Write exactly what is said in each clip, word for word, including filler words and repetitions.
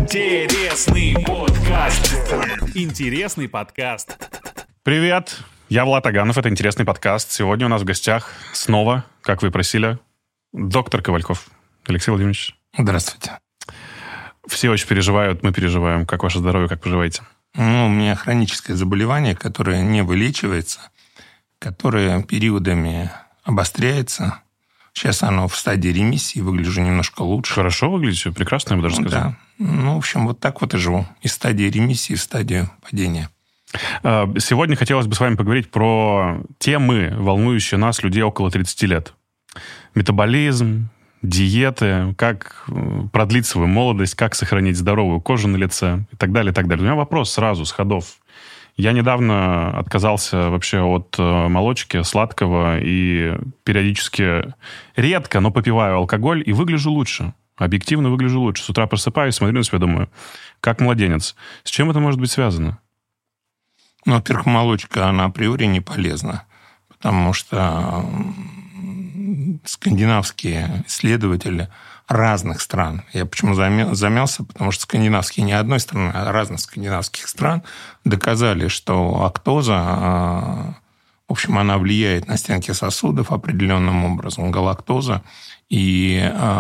Интересный подкаст. Интересный подкаст. Привет, я Влад Аганов, это «Интересный подкаст». Сегодня у нас в гостях снова, как вы просили, доктор Ковальков. Алексей Владимирович. Здравствуйте. Все очень переживают, мы переживаем. Как ваше здоровье, как поживаете? Ну, у меня хроническое заболевание, которое не вылечивается, которое периодами обостряется. Сейчас оно в стадии ремиссии, выгляжу немножко лучше. Хорошо выглядите, прекрасно, я бы даже Ну, сказал. да. Ну, в общем, вот так вот и живу. Из стадии ремиссии в стадию падения. Сегодня хотелось бы с вами поговорить про темы, волнующие нас, людей около тридцати лет. Метаболизм, диеты, как продлить свою молодость, как сохранить здоровую кожу на лице и так далее, и так далее. У меня вопрос сразу, с ходов. Я недавно отказался вообще от молочки, сладкого, и периодически, редко, но попиваю алкоголь, и выгляжу лучше. Объективно выгляжу лучше. С утра просыпаюсь, смотрю на себя, думаю, как младенец. С чем это может быть связано? Ну, во-первых, молочка, она априори не полезна, потому что скандинавские исследователи разных стран, я почему замялся, потому что скандинавские не одной страны, а разных скандинавских стран доказали, что лактоза, в общем, она влияет на стенки сосудов определенным образом, галактоза, и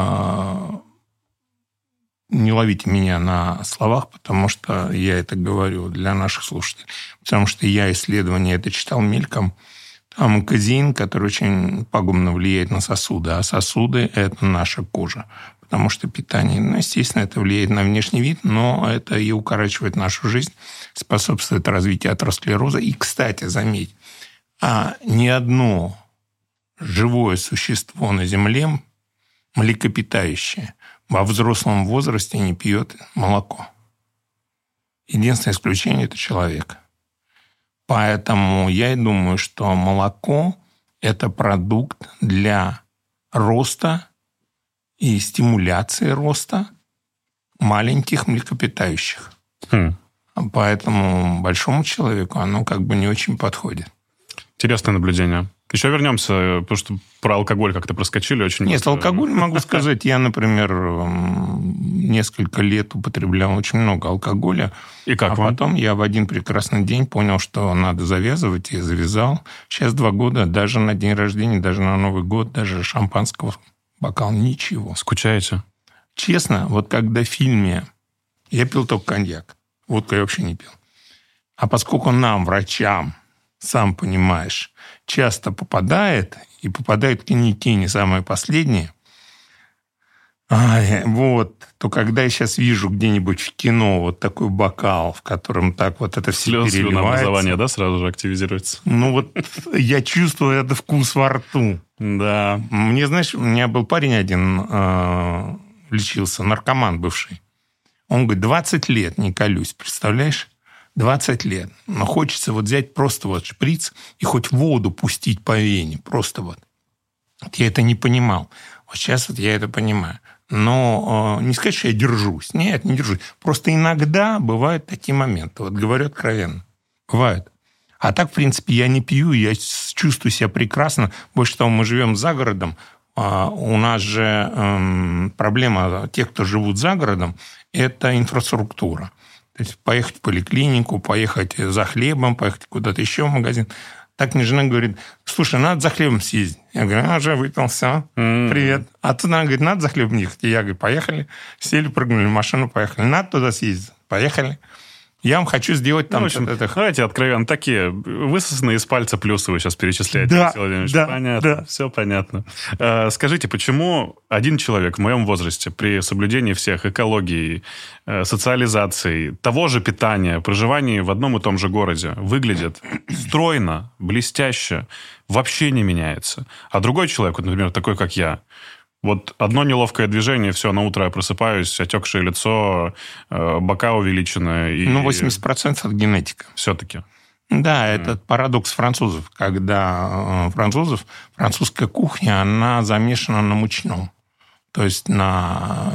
не ловите меня на словах, потому что я это говорю для наших слушателей, потому что я исследование это читал мельком. Там казеин, который очень пагубно влияет на сосуды, а сосуды – это наша кожа, потому что питание, ну, естественно, это влияет на внешний вид, но это и укорачивает нашу жизнь, способствует развитию атеросклероза. И, кстати, заметь, а ни одно живое существо на Земле, млекопитающее, во взрослом возрасте не пьет молоко. Единственное исключение – это человек. Поэтому я и думаю, что молоко – это продукт для роста и стимуляции роста маленьких млекопитающих. Хм. Поэтому большому человеку оно как бы не очень подходит. Интересное наблюдение. Еще вернемся, потому что про алкоголь как-то проскочили очень. Нет, алкоголь, могу сказать, я, например, несколько лет употреблял очень много алкоголя. И как а вам? Потом я в один прекрасный день понял, что надо завязывать, и завязал. Сейчас два года, даже на день рождения, даже на Новый год, даже шампанского бокал, ничего. Скучаете? Честно, вот когда в фильме я пил только коньяк, водку я вообще не пил. А поскольку нам, врачам, сам понимаешь, часто попадает, и попадают коньяки не самые последние, ай, вот, то когда я сейчас вижу где-нибудь в кино вот такой бокал, в котором так вот это все Слез, переливается. слюнообразование, да, сразу же активизируется? Ну вот я чувствую этот вкус во рту. Да. Мне, знаешь, у меня был парень один, э, лечился, наркоман бывший. Он говорит, двадцать лет не колюсь, представляешь? двадцать лет. Но хочется вот взять просто вот шприц и хоть воду пустить по вене. Просто вот. вот я это не понимал. Вот сейчас вот я это понимаю. Но э, не сказать, что я держусь. Нет, не держусь. Просто иногда бывают такие моменты. Вот говорю откровенно. Бывают. А так, в принципе, я не пью, я чувствую себя прекрасно. Больше того, мы живем за городом. А у нас же э, проблема тех, кто живут за городом, это инфраструктура. То есть поехать в поликлинику, поехать за хлебом, поехать куда-то еще в магазин. Так мне жена говорит, слушай, надо за хлебом съездить. Я говорю, а, уже выпил, все, mm-hmm. привет. А тут она говорит, надо за хлебом ехать. И я говорю, поехали. Сели, прыгнули в машину, поехали. Надо туда съездить. Поехали. Я вам хочу сделать там... Ну, в общем, это... давайте откровенно, такие высосанные из пальца плюсы вы сейчас перечисляете. Да, да, понятно, да. Все понятно. Скажите, почему один человек в моем возрасте при соблюдении всех экологии, социализации, того же питания, проживании в одном и том же городе выглядит стройно, блестяще, вообще не меняется, а другой человек, вот, например, такой, как я, вот одно неловкое движение, все, на утро я просыпаюсь, отекшее лицо, бока увеличены. И... Ну, восемьдесят процентов генетика. Все-таки. Да, mm. это парадокс французов, когда французов, французская кухня, она замешана на мучном, то есть на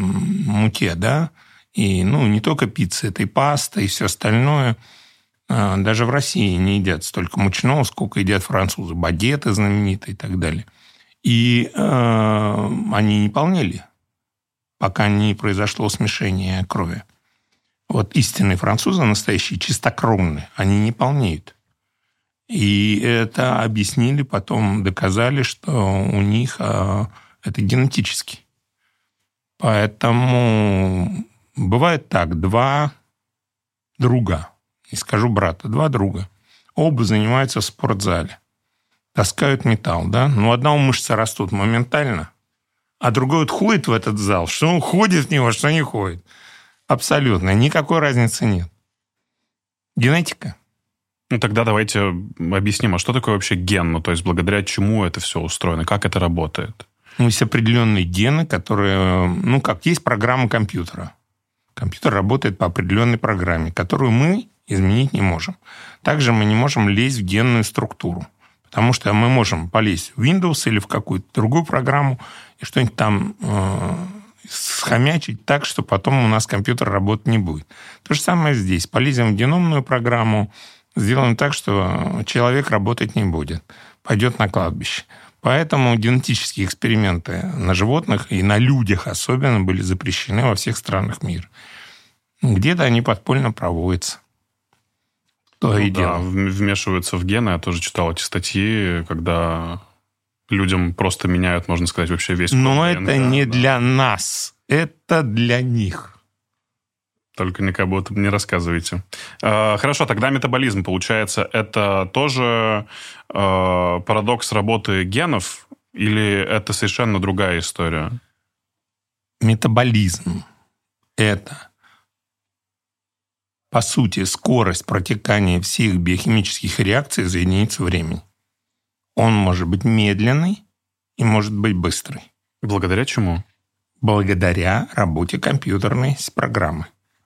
муке, да, и, ну, не только пицца, это и паста, и все остальное. Даже в России не едят столько мучного, сколько едят французы, багеты знаменитые и так далее. И э, они не полнели. пока не произошло смешение крови. Вот истинные французы, настоящие, чистокровные, они не полнеют. И это объяснили, потом доказали, что у них а, это генетически. Поэтому бывает так, два друга, не скажу брата, два друга, оба занимаются в спортзале, таскают металл, да, но у одного мышцы растут моментально, а другой вот ходит в этот зал, что он ходит в него, что не ходит. Абсолютно, никакой разницы нет. Генетика. Ну, тогда давайте объясним, а что такое вообще ген? Ну, то есть, благодаря чему это все устроено? Как это работает? Ну, есть определенные гены, которые... Ну, как есть программа компьютера. Компьютер работает по определенной программе, которую мы изменить не можем. Также мы не можем лезть в генную структуру. Потому что мы можем полезть в Windows или в какую-то другую программу и что-нибудь там э, схомячить так, что потом у нас компьютер работать не будет. То же самое здесь. Полезем в геномную программу, сделаем так, что человек работать не будет. Пойдет на кладбище. Поэтому генетические эксперименты на животных и на людях особенно были запрещены во всех странах мира. Где-то они подпольно проводятся. То ну, и да, дело. Вмешиваются в гены. Я тоже читал эти статьи, когда людям просто меняют, можно сказать, вообще весь... Но это ДНК, не да. для нас. Это для них. Только никому об этом не рассказывайте. Э, хорошо, тогда метаболизм, получается, это тоже э, парадокс работы генов или это совершенно другая история? Метаболизм – это, по сути, скорость протекания всех биохимических реакций за единицу времени. Он может быть медленный и может быть быстрый. Благодаря чему? Благодаря работе компьютерной программы.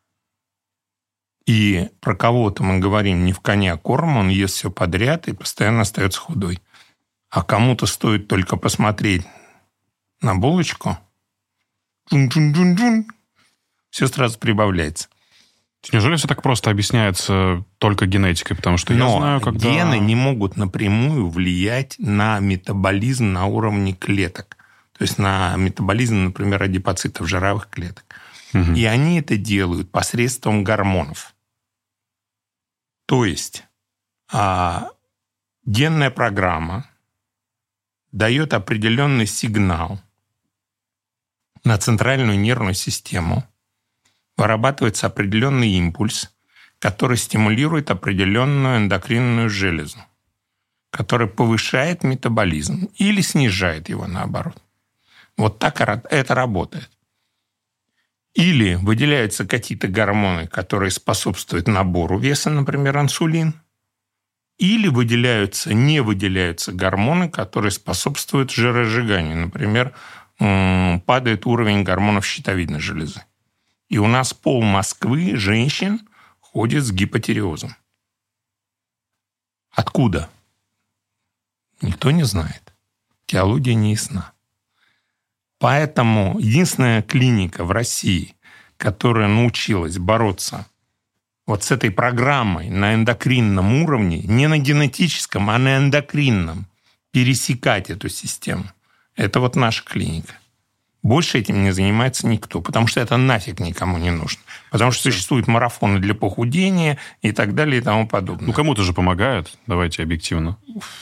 И про кого-то мы говорим не в коня, а корм, он ест все подряд и постоянно остается худой. А кому-то стоит только посмотреть на булочку, джун-джун-джун-джун, все сразу прибавляется. Неужели все так просто объясняется только генетикой? Потому что Но я знаю, когда... гены не могут напрямую влиять на метаболизм на уровне клеток. То есть на метаболизм, например, адипоцитов, жировых клеток. Угу. И они это делают посредством гормонов. То есть а, генная программа дает определенный сигнал на центральную нервную систему, вырабатывается определенный импульс, который стимулирует определенную эндокринную железу, который повышает метаболизм или снижает его наоборот. Вот так это работает. Или выделяются какие-то гормоны, которые способствуют набору веса, например, инсулин, или выделяются, не выделяются гормоны, которые способствуют жиросжиганию. Например, падает уровень гормонов щитовидной железы. И у нас пол Москвы женщин ходит с гипотиреозом. Откуда? Никто не знает. Теология не ясна. Поэтому единственная клиника в России, которая научилась бороться вот с этой программой на эндокринном уровне, не на генетическом, а на эндокринном, пересекать эту систему, это вот наша клиника. Больше этим не занимается никто, потому что это нафиг никому не нужно. Потому что существуют марафоны для похудения и так далее и тому подобное. Ну, кому-то же помогают, давайте объективно.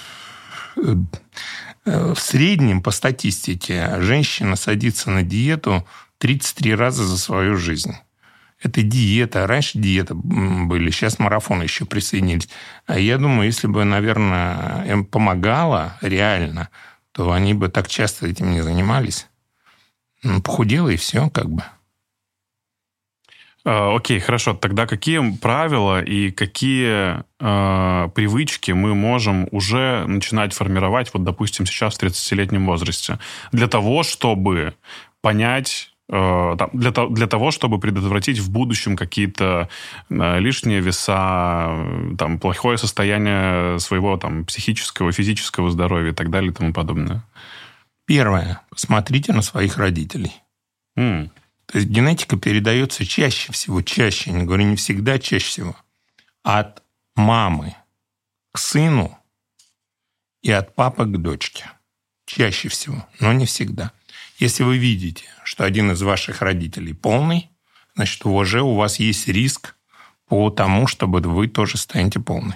В среднем, по статистике, женщина садится на диету тридцать три раза за свою жизнь. Это диета. Раньше диеты были, сейчас марафоны еще присоединились. А я думаю, если бы, наверное, им помогало реально, то они бы так часто этим не занимались. Похудела и все, как бы. Окей, хорошо. Тогда какие правила и какие э, привычки мы можем уже начинать формировать, вот, допустим, сейчас в тридцатилетнем возрасте, для того, чтобы понять, э, для, для того, чтобы предотвратить в будущем какие-то э, лишние веса, там, плохое состояние своего там, психического, физического здоровья и так далее и тому подобное? Первое. Посмотрите на своих родителей. Mm. То есть генетика передается чаще всего, чаще, я не говорю не всегда, чаще всего, от мамы к сыну и от папы к дочке. Чаще всего, но не всегда. Если вы видите, что один из ваших родителей полный, значит, уже у вас есть риск по тому, чтобы вы тоже станете полной.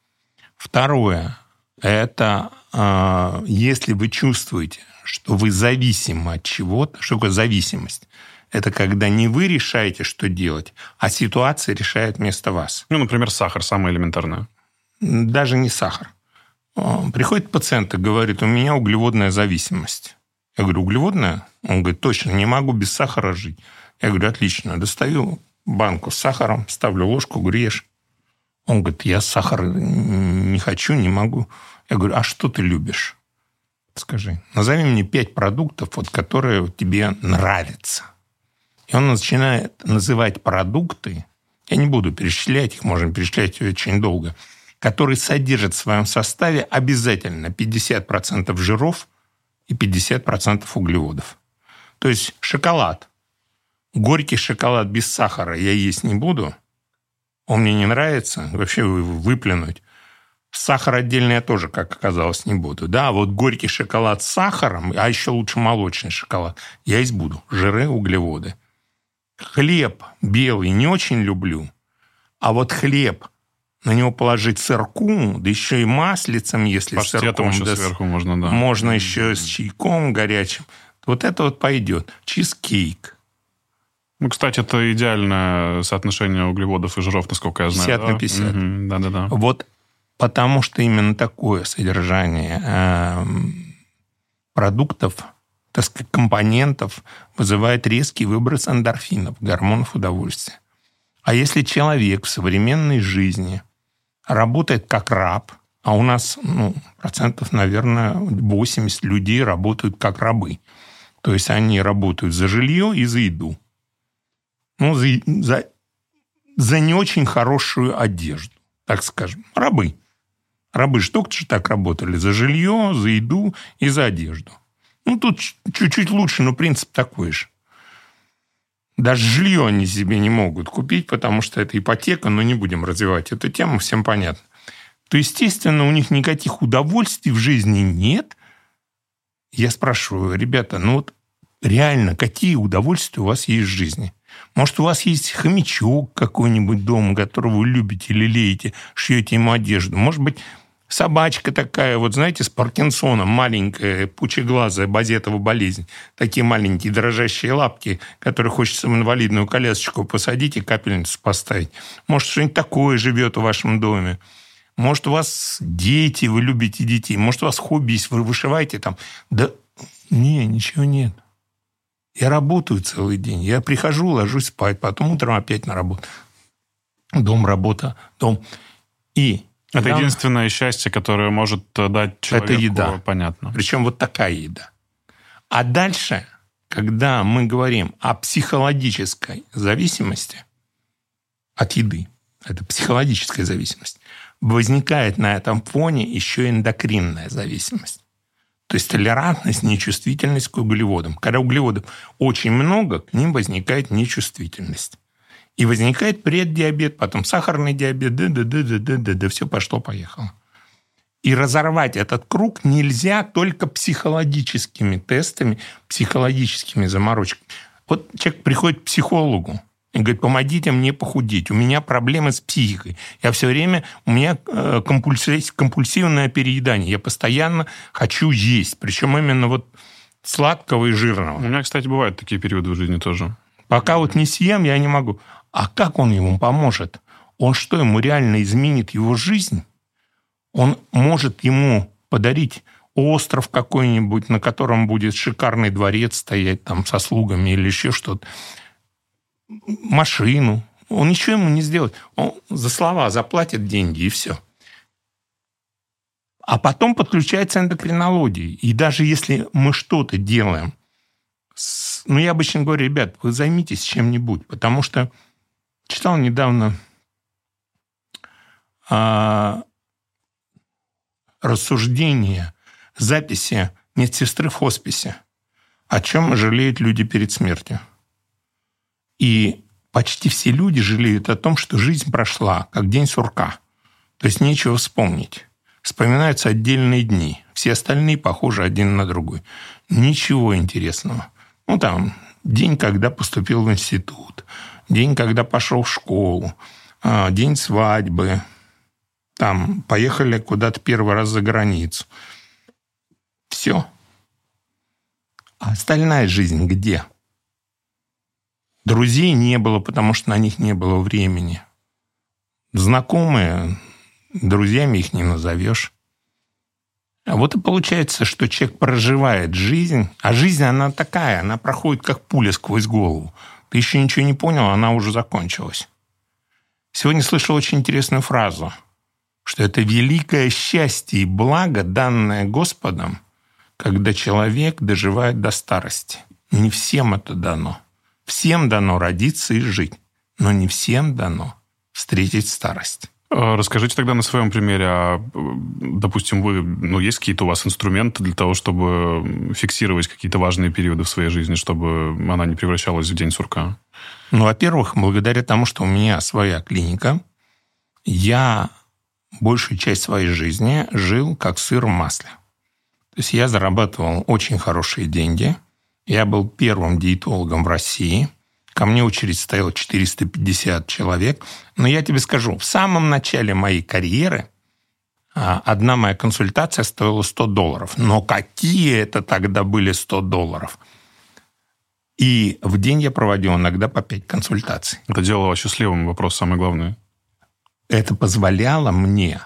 Второе. Это э, если вы чувствуете, что вы зависимы от чего-то. Что такое зависимость? Это когда не вы решаете, что делать, а ситуация решает вместо вас. Ну, например, сахар, самое элементарное. Даже не сахар. Приходит пациент и говорит, у меня углеводная зависимость. Я говорю, углеводная? Он говорит, точно, не могу без сахара жить. Я говорю, отлично. Достаю банку с сахаром, ставлю ложку, говорю, ешь. Он говорит, я сахар не хочу, не могу. Я говорю, а что ты любишь? Скажи, назови мне пять продуктов, вот, которые тебе нравятся. И он начинает называть продукты, я не буду перечислять их, можем перечислять очень долго, которые содержат в своем составе обязательно пятьдесят процентов жиров и пятьдесят процентов углеводов. То есть шоколад. Горький шоколад без сахара я есть не буду. Он мне не нравится. Вообще выплюнуть. Сахар отдельно я тоже, как оказалось, не буду. Да, вот горький шоколад с сахаром, а еще лучше молочный шоколад, я есть буду. Жиры, углеводы. Хлеб белый не очень люблю. А вот хлеб, на него положить сырку, да еще и маслицем, если паштетом сырком. еще Да, сверху можно, да. Можно еще с чайком горячим. Вот это вот пойдет. Чизкейк. Ну, кстати, это идеальное соотношение углеводов и жиров, насколько я знаю. пятьдесят на пятьдесят. Угу, да-да-да. Вот потому что именно такое содержание э, продуктов, так сказать, компонентов вызывает резкий выброс эндорфинов, гормонов удовольствия. А если человек в современной жизни работает как раб, а у нас ну, процентов, наверное, восемьдесят людей работают как рабы, то есть они работают за жилье и за еду, ну, за, за, за не очень хорошую одежду, так скажем, рабы. Рабы же только что так работали за жилье, за еду и за одежду. Ну, тут чуть-чуть лучше, но принцип такой же. Даже жилье они себе не могут купить, потому что это ипотека, но не будем развивать эту тему, всем понятно. То, естественно, у них никаких удовольствий в жизни нет. Я спрашиваю, ребята, ну вот реально, какие удовольствия у вас есть в жизни? Может, у вас есть хомячок какой-нибудь дома, которого вы любите, лелеете, шьете ему одежду? Может быть, собачка такая, вот знаете, с Паркинсоном, маленькая, пучеглазая, базетова болезнь. Такие маленькие дрожащие лапки, которые хочется в инвалидную колясочку посадить и капельницу поставить. Может, что-нибудь такое живет в вашем доме. Может, у вас дети, вы любите детей. Может, у вас хобби есть, вы вышиваете там. Да не, ничего нет. Я работаю целый день. Я прихожу, ложусь спать, потом утром опять на работу. Дом, работа, дом. И это да, единственное счастье, которое может дать человеку. Это еда. Понятно. Причем вот такая еда. А дальше, когда мы говорим о психологической зависимости от еды, это психологическая зависимость, возникает на этом фоне еще эндокринная зависимость. То есть толерантность, нечувствительность к углеводам. Когда углеводов очень много, к ним возникает нечувствительность. И возникает преддиабет, потом сахарный диабет, да, да, да, да, да, да, да, все пошло-поехало. И разорвать этот круг нельзя только психологическими тестами, психологическими заморочками. Вот человек приходит к психологу и говорит, помогите мне похудеть, у меня проблемы с психикой. Я все время, у меня компульсивное переедание, я постоянно хочу есть, причем именно вот сладкого и жирного. У меня, кстати, бывают такие периоды в жизни тоже. Пока вот не съем, я не могу. А как он ему поможет? Он что, ему реально изменит его жизнь? Он может ему подарить остров какой-нибудь, на котором будет шикарный дворец стоять там со слугами или еще что-то. Машину. Он ничего ему не сделает. Он за слова заплатит деньги, и все. А потом подключается эндокринология. И даже если мы что-то делаем, с... ну, я обычно говорю, ребят, вы займитесь чем-нибудь, потому что читал недавно а, рассуждения, записи медсестры в хосписе, о чем жалеют люди перед смертью. И почти все люди жалеют о том, что жизнь прошла, как день сурка. То есть нечего вспомнить. Вспоминаются отдельные дни. Все остальные похожи один на другой. Ничего интересного. Ну, там, день, когда поступил в институт, день, когда пошел в школу, день свадьбы, там, поехали куда-то первый раз за границу. Все. А остальная жизнь где? Друзей не было, потому что на них не было времени. Знакомые, друзьями их не назовешь. А вот и получается, что человек проживает жизнь, а жизнь, она такая, она проходит как пуля сквозь голову. Ты еще ничего не понял, она уже закончилась. Сегодня слышал очень интересную фразу, что это великое счастье и благо, данное Господом, когда человек доживает до старости. Не всем это дано. Всем дано родиться и жить, но не всем дано встретить старость. Расскажите тогда на своем примере, а, допустим, вы, ну, есть какие-то у вас инструменты для того, чтобы фиксировать какие-то важные периоды в своей жизни, чтобы она не превращалась в день сурка? Ну, во-первых, благодаря тому, что у меня своя клиника, я большую часть своей жизни жил как сыр в масле. То есть я зарабатывал очень хорошие деньги. Я был первым диетологом в России. Ко мне очередь стояла четыреста пятьдесят человек. Но я тебе скажу, в самом начале моей карьеры одна моя консультация стоила сто долларов. Но какие это тогда были сто долларов? И в день я проводил иногда по пять консультаций. Это делало вас счастливым, вопрос самый главный. Это позволяло мне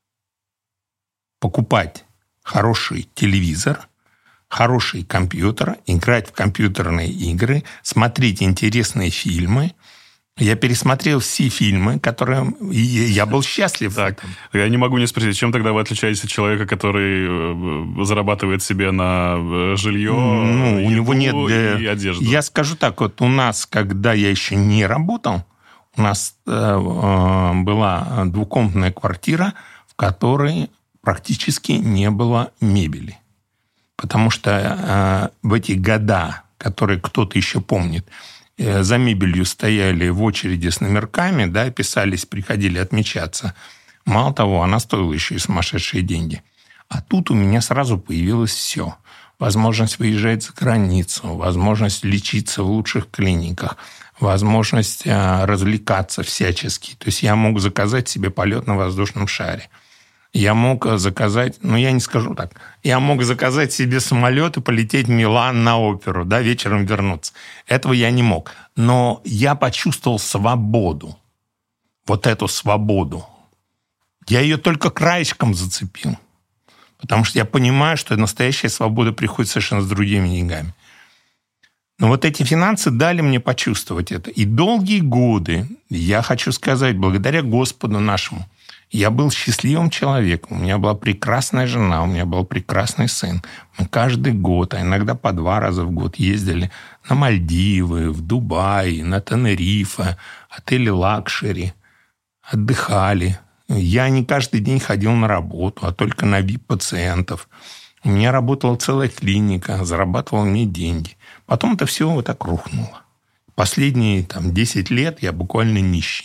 покупать хороший телевизор, хороший компьютер, играть в компьютерные игры, смотреть интересные фильмы. Я пересмотрел все фильмы, которые... И я был счастлив. Так, я не могу не спросить, чем тогда вы отличаетесь от человека, который зарабатывает себе на жилье, ну, еду у него нет, и одежду? Я скажу так, вот у нас, когда я еще не работал, у нас э, была двухкомнатная квартира, в которой практически не было мебели. Потому что э, в эти года, которые кто-то еще помнит, э, за мебелью стояли в очереди с номерками, да, писались, приходили отмечаться. Мало того, она стоила еще и сумасшедшие деньги. А тут у меня сразу появилось все. Возможность выезжать за границу, возможность лечиться в лучших клиниках, возможность э, развлекаться всячески. То есть я мог заказать себе полет на воздушном шаре. Я мог заказать, ну, я не скажу так, я мог заказать себе самолет и полететь в Милан на оперу, да, вечером вернуться. Этого я не мог. Но я почувствовал свободу. Вот эту свободу. Я ее только краешком зацепил. Потому что я понимаю, что настоящая свобода приходит совершенно с другими деньгами. Но вот эти финансы дали мне почувствовать это. И долгие годы, я хочу сказать, благодаря Господу нашему, я был счастливым человеком. У меня была прекрасная жена, у меня был прекрасный сын. Мы каждый год, а иногда по два раза в год ездили на Мальдивы, в Дубай, на Тенерифе, отели лакшери, отдыхали. Я не каждый день ходил на работу, а только на ви ай пи-пациентов. У меня работала целая клиника, зарабатывала мне деньги. Потом это все вот так рухнуло. Последние там, десять лет я буквально нищий.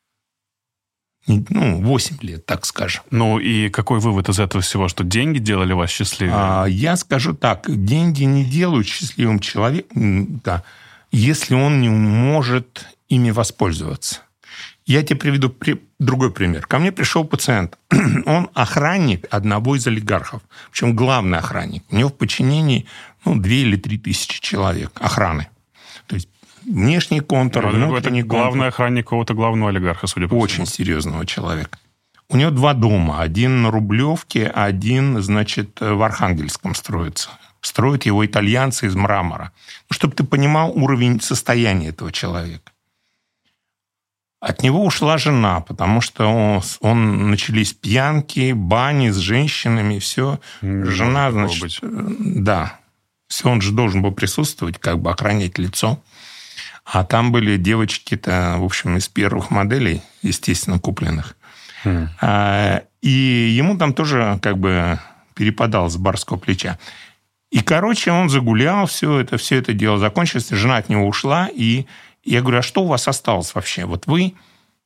Ну, восемь лет, так скажем. Ну, и какой вывод из этого всего? Что деньги делали вас счастливее? А, я скажу так. Деньги не делают счастливым человеком, да, если он не может ими воспользоваться. Я тебе приведу при... другой пример. Ко мне пришел пациент. Он охранник одного из олигархов. Причем главный охранник. У него в подчинении ну, две или три тысячи человек охраны. То есть внешний контур, ну, внутренний это контур. Главный охранник какого-то главного олигарха, судя по всему. Очень серьезного человека. У него два дома. Один на Рублевке, один, значит, в Архангельском строится. Строят его итальянцы из мрамора. Ну, чтобы ты понимал уровень состояния этого человека. От него ушла жена, потому что он, он начались пьянки, бани с женщинами, все. Не жена, значит, быть. Да. Все, он же должен был присутствовать, как бы охранять лицо. А там были девочки-то, в общем, из первых моделей, естественно, купленных. Mm. А, и ему там тоже как бы перепадал с барского плеча. И, короче, он загулял, все это, все это дело закончилось, жена от него ушла, и я говорю, а что у вас осталось вообще? Вот вы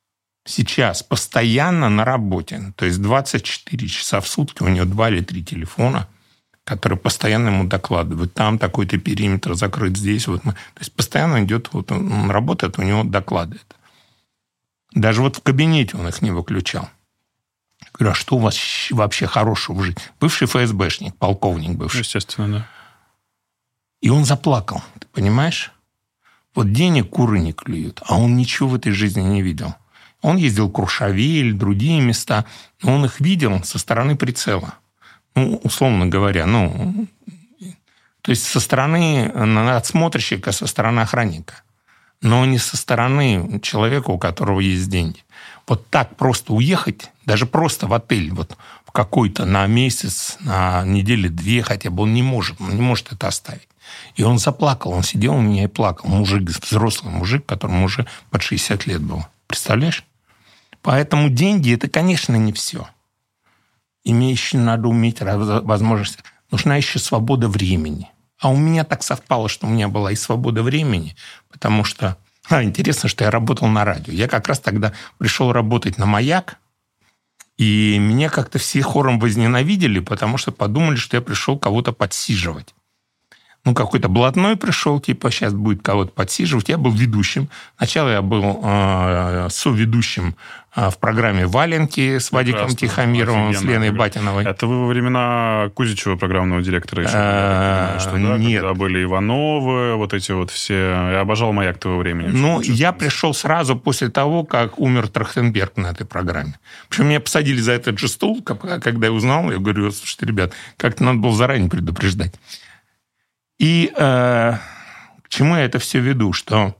сейчас постоянно на работе. То есть двадцать четыре часа в сутки у него два или три телефона, которые постоянно ему докладывают. Там такой-то периметр закрыт, здесь. Вот. То есть постоянно идет, вот он работает, у него докладывает. Даже вот в кабинете он их не выключал. Я говорю, а что у вас вообще хорошего в жизни? Бывший ФСБшник, полковник бывший. Естественно, да. И он заплакал, ты понимаешь? Вот денег куры не клюют, а он ничего в этой жизни не видел. Он ездил в Крушавель, другие места, но он их видел со стороны прицела. Ну, условно говоря, ну, то есть со стороны надсмотрщика, со стороны охранника, но не со стороны человека, у которого есть деньги. Вот так просто уехать, даже просто в отель, вот в какой-то на месяц, на недели две хотя бы, он не может, он не может это оставить. И он заплакал, он сидел у меня и плакал. Мужик, взрослый мужик, которому уже под шестьдесят лет было. Представляешь? Поэтому деньги – это, конечно, не все. Имеющий надо уметь возможность. Нужна еще свобода времени. А у меня так совпало, что у меня была и свобода времени, потому что... А, интересно, что я работал на радио. Я как раз тогда пришел работать на «Маяк», и меня как-то все хором возненавидели, потому что подумали, что я пришел кого-то подсиживать. Ну, какой-то блатной пришел, типа, сейчас будет кого-то подсиживать. Я был ведущим. Сначала я был э, соведущим э, в программе «Валенки» с Вадиком Прекрасно. Тихомировым, офигенно. С Леной Батиновой. Это вы во времена Кузичева, программного директора, еще? А, что, да? Нет. Когда были Ивановы, вот эти вот все... Я обожал «Маяк» того времени. Ну, я пришел сразу после того, как умер Трахтенберг на этой программе. Причем меня посадили за этот же стул, когда я узнал, я говорю, слушайте, ребят, как-то надо было заранее предупреждать. И э, к чему я это все веду? Что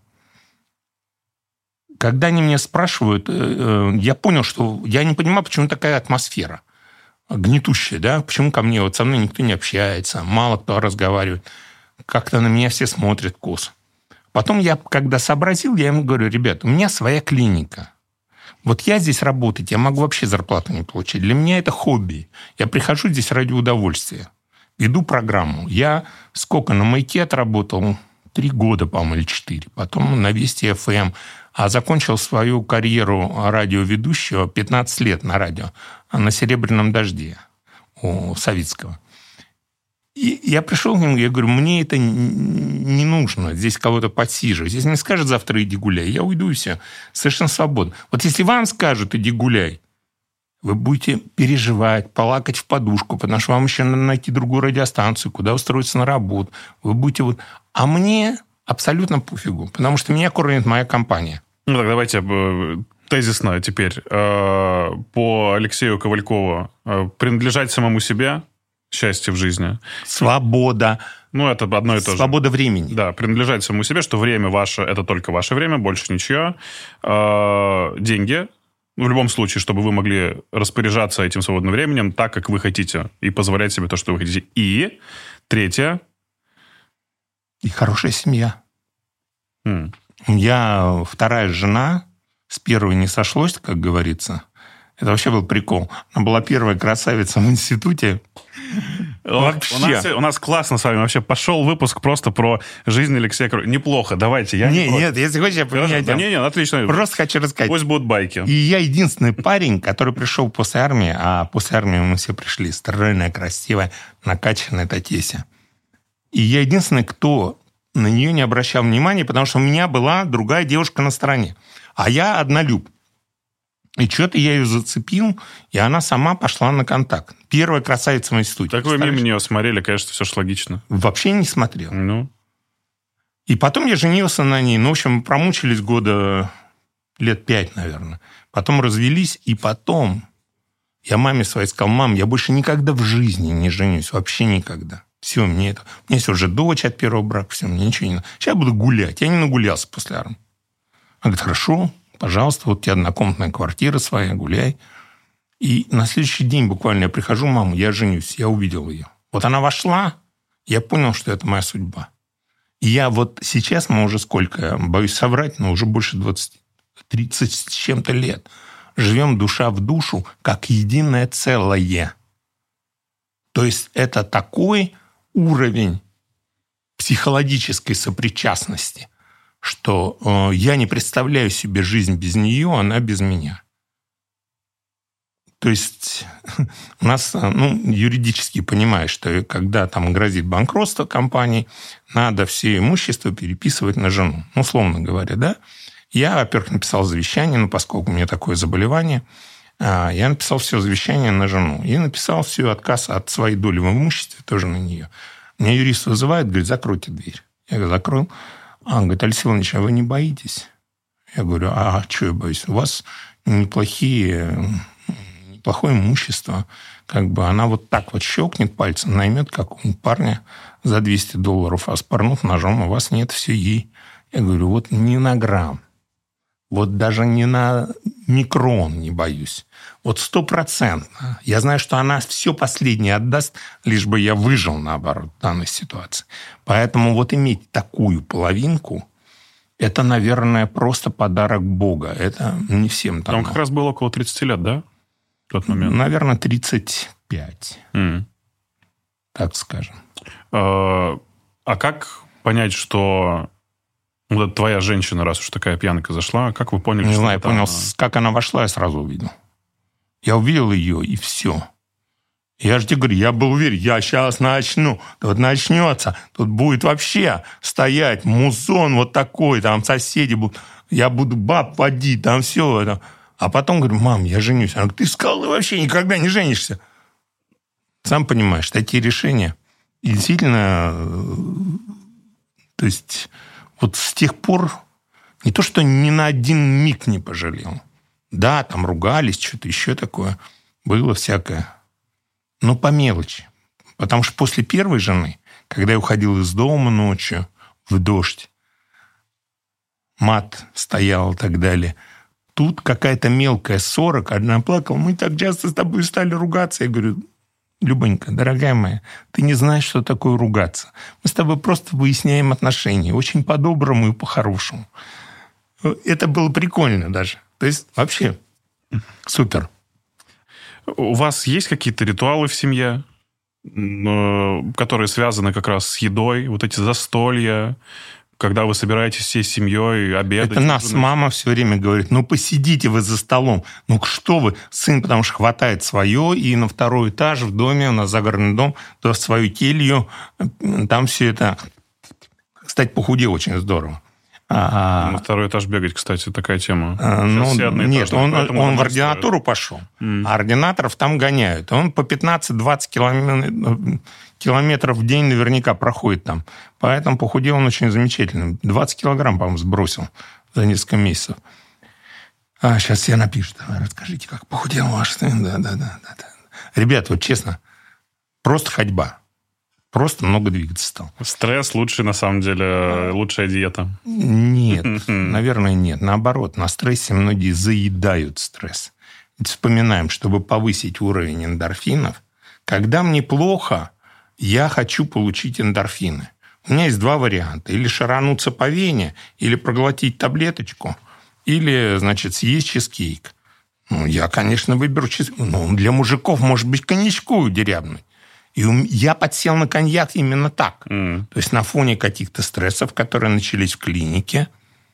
когда они меня спрашивают, э, я понял, что я не понимаю, почему такая атмосфера гнетущая, да? Почему ко мне вот со мной никто не общается, мало кто разговаривает, как-то на меня все смотрят косо. Потом я, когда сообразил, я ему говорю, ребят, у меня своя клиника. Вот я здесь работать, я могу вообще зарплату не получить. Для меня это хобби. Я прихожу здесь ради удовольствия. Веду программу. Я сколько на «Маяке» отработал? Три года, по-моему, или четыре. Потом на Вести эф эм. А закончил свою карьеру радиоведущего пятнадцать лет на радио. На «Серебряном дожде» у Савицкого. И я пришел к нему, я говорю, мне это не нужно, здесь кого-то подсиживать. Если мне скажут завтра иди гуляй, я уйду и все. Совершенно свободно. Вот если вам скажут иди гуляй, вы будете переживать, плакать в подушку, потому что вам еще надо найти другую радиостанцию, куда устроиться на работу. Вы будете вот... А мне абсолютно пофигу, потому что меня кормит моя компания. Ну так давайте тезисно теперь. По Алексею Ковалькову. Принадлежать самому себе, счастье в жизни. Свобода. Ну, это одно и то же. Свобода времени. Да, принадлежать самому себе, что время ваше – это только ваше время, больше ничего. Деньги – в любом случае, чтобы вы могли распоряжаться этим свободным временем так, как вы хотите, и позволять себе то, что вы хотите. И третье. И хорошая семья. М. Я вторая жена, с первой не сошлось, как говорится. Это вообще был прикол. Она была первая красавица в институте. Вообще. У нас, у нас классно с вами. Вообще пошел выпуск просто про жизнь Алексея Ковалькова. Неплохо, давайте. Я не, не нет, если хочешь, я поменяю тему. Не, не, отлично. Просто хочу рассказать. Пусть будут байки. И я единственный парень, который пришел после армии, а после армии мы все пришли, стройная, красивая, накачанная Татеся. И я единственный, кто на нее не обращал внимания, потому что у меня была другая девушка на стороне. А я однолюб. И что-то я ее зацепил, и она сама пошла на контакт. Первая красавица в институте. Так вы мимо нее смотрели, конечно, все же логично. Вообще не смотрел. Ну. И потом я женился на ней. Ну, в общем, промучились года лет пять, наверное. Потом развелись, и потом я маме своей сказал, мам, я больше никогда в жизни не женюсь. Вообще никогда. Все, мне это... У меня есть уже дочь от первого брака, все, мне ничего не надо. Сейчас я буду гулять. Я не нагулялся после армии. Она говорит, хорошо, пожалуйста, вот у тебя однокомнатная квартира своя, гуляй. И на следующий день буквально я прихожу, маму, я женюсь, я увидел ее. Вот она вошла, я понял, что это моя судьба. И я вот сейчас, мы уже сколько, боюсь соврать, но уже больше двадцати, тридцати с чем-то лет, живем душа в душу, как единое целое. То есть это такой уровень психологической сопричастности, что э, я не представляю себе жизнь без нее, она без меня. То есть у нас, ну, юридически понимаешь, что когда там грозит банкротство компании, надо все имущество переписывать на жену. Ну, условно говоря, да. Я, во-первых, написал завещание, но поскольку у меня такое заболевание, я написал все завещание на жену. И написал все отказ от своей доли в имуществе тоже на нее. Меня юрист вызывает, говорит, закройте дверь. Я говорю, закрыл. А он говорит, Алексей Иванович, а вы не боитесь? Я говорю, а что я боюсь? У вас неплохие... плохое имущество, как бы она вот так вот щелкнет пальцем, наймет какого-нибудь парня за двести долларов, а спорнут ножом, у вас нет, все ей. Я говорю, вот ни на грамм, вот даже не на микрон не боюсь. Вот стопроцентно. Я знаю, что она все последнее отдаст, лишь бы я выжил, наоборот, в данной ситуации. Поэтому вот иметь такую половинку, это, наверное, просто подарок Бога. Это не всем дано. Там как раз было около тридцати лет, да? В тот момент. Наверное, тридцать пять. Mm. Так скажем. А, а как понять, что вот эта твоя женщина, раз уж такая пьянка зашла, как вы поняли, Не что знаю, это понял, она... как она вошла, я сразу увидел. Я увидел ее, и все. Я же тебе говорю, я был уверен, я сейчас начну. Вот начнется, тут будет вообще стоять музон вот такой, там соседи будут, я буду баб водить, там все это. А потом говорю, мам, я женюсь. Она говорит, ты сказал, ты вообще никогда не женишься. Сам понимаешь, такие решения. И действительно, то есть вот с тех пор не то, что ни на один миг не пожалел. Да, там ругались, что-то еще такое. Было всякое. Но по мелочи. Потому что после первой жены, когда я уходил из дома ночью в дождь, мат стоял и так далее, тут какая-то мелкая ссора, когда она плакала, мы так часто с тобой стали ругаться. Я говорю, Любонька, дорогая моя, ты не знаешь, что такое ругаться. Мы с тобой просто выясняем отношения. Очень по-доброму и по-хорошему. Это было прикольно даже. То есть вообще супер. У вас есть какие-то ритуалы в семье, которые связаны как раз с едой? Вот эти застолья, когда вы собираетесь всей семьей обедать? Это нас мама все время говорит, ну, посидите вы за столом. Ну, что вы? Сын, потому что хватает свое, и на второй этаж в доме, у нас загородный дом, то в свою келью, там все это... Кстати, похудел очень здорово. А, на второй этаж бегать, кстати, такая тема. А, ну, нет, он, он в ординатуру пошел, mm. а ординаторов там гоняют. Он по пятнадцать-двадцать километров, километров в день наверняка проходит там. Поэтому похудел он очень замечательно. двадцать килограмм, по-моему, сбросил за несколько месяцев. А, сейчас все напишут. Расскажите, как похудел ваш сын. Да, да, да, да, да. Ребят, вот честно, просто ходьба. Просто много двигаться стал. Стресс лучший, на самом деле, лучшая диета. Нет, наверное, нет. Наоборот, на стрессе многие заедают стресс. Ведь вспоминаем, чтобы повысить уровень эндорфинов. Когда мне плохо, я хочу получить эндорфины. У меня есть два варианта. Или шарануться по вене, или проглотить таблеточку, или, значит, съесть чизкейк. Ну, я, конечно, выберу чизкейк. Ну, для мужиков, может быть, коньячку дерябнуть. И я подсел на коньяк именно так. Mm. То есть на фоне каких-то стрессов, которые начались в клинике,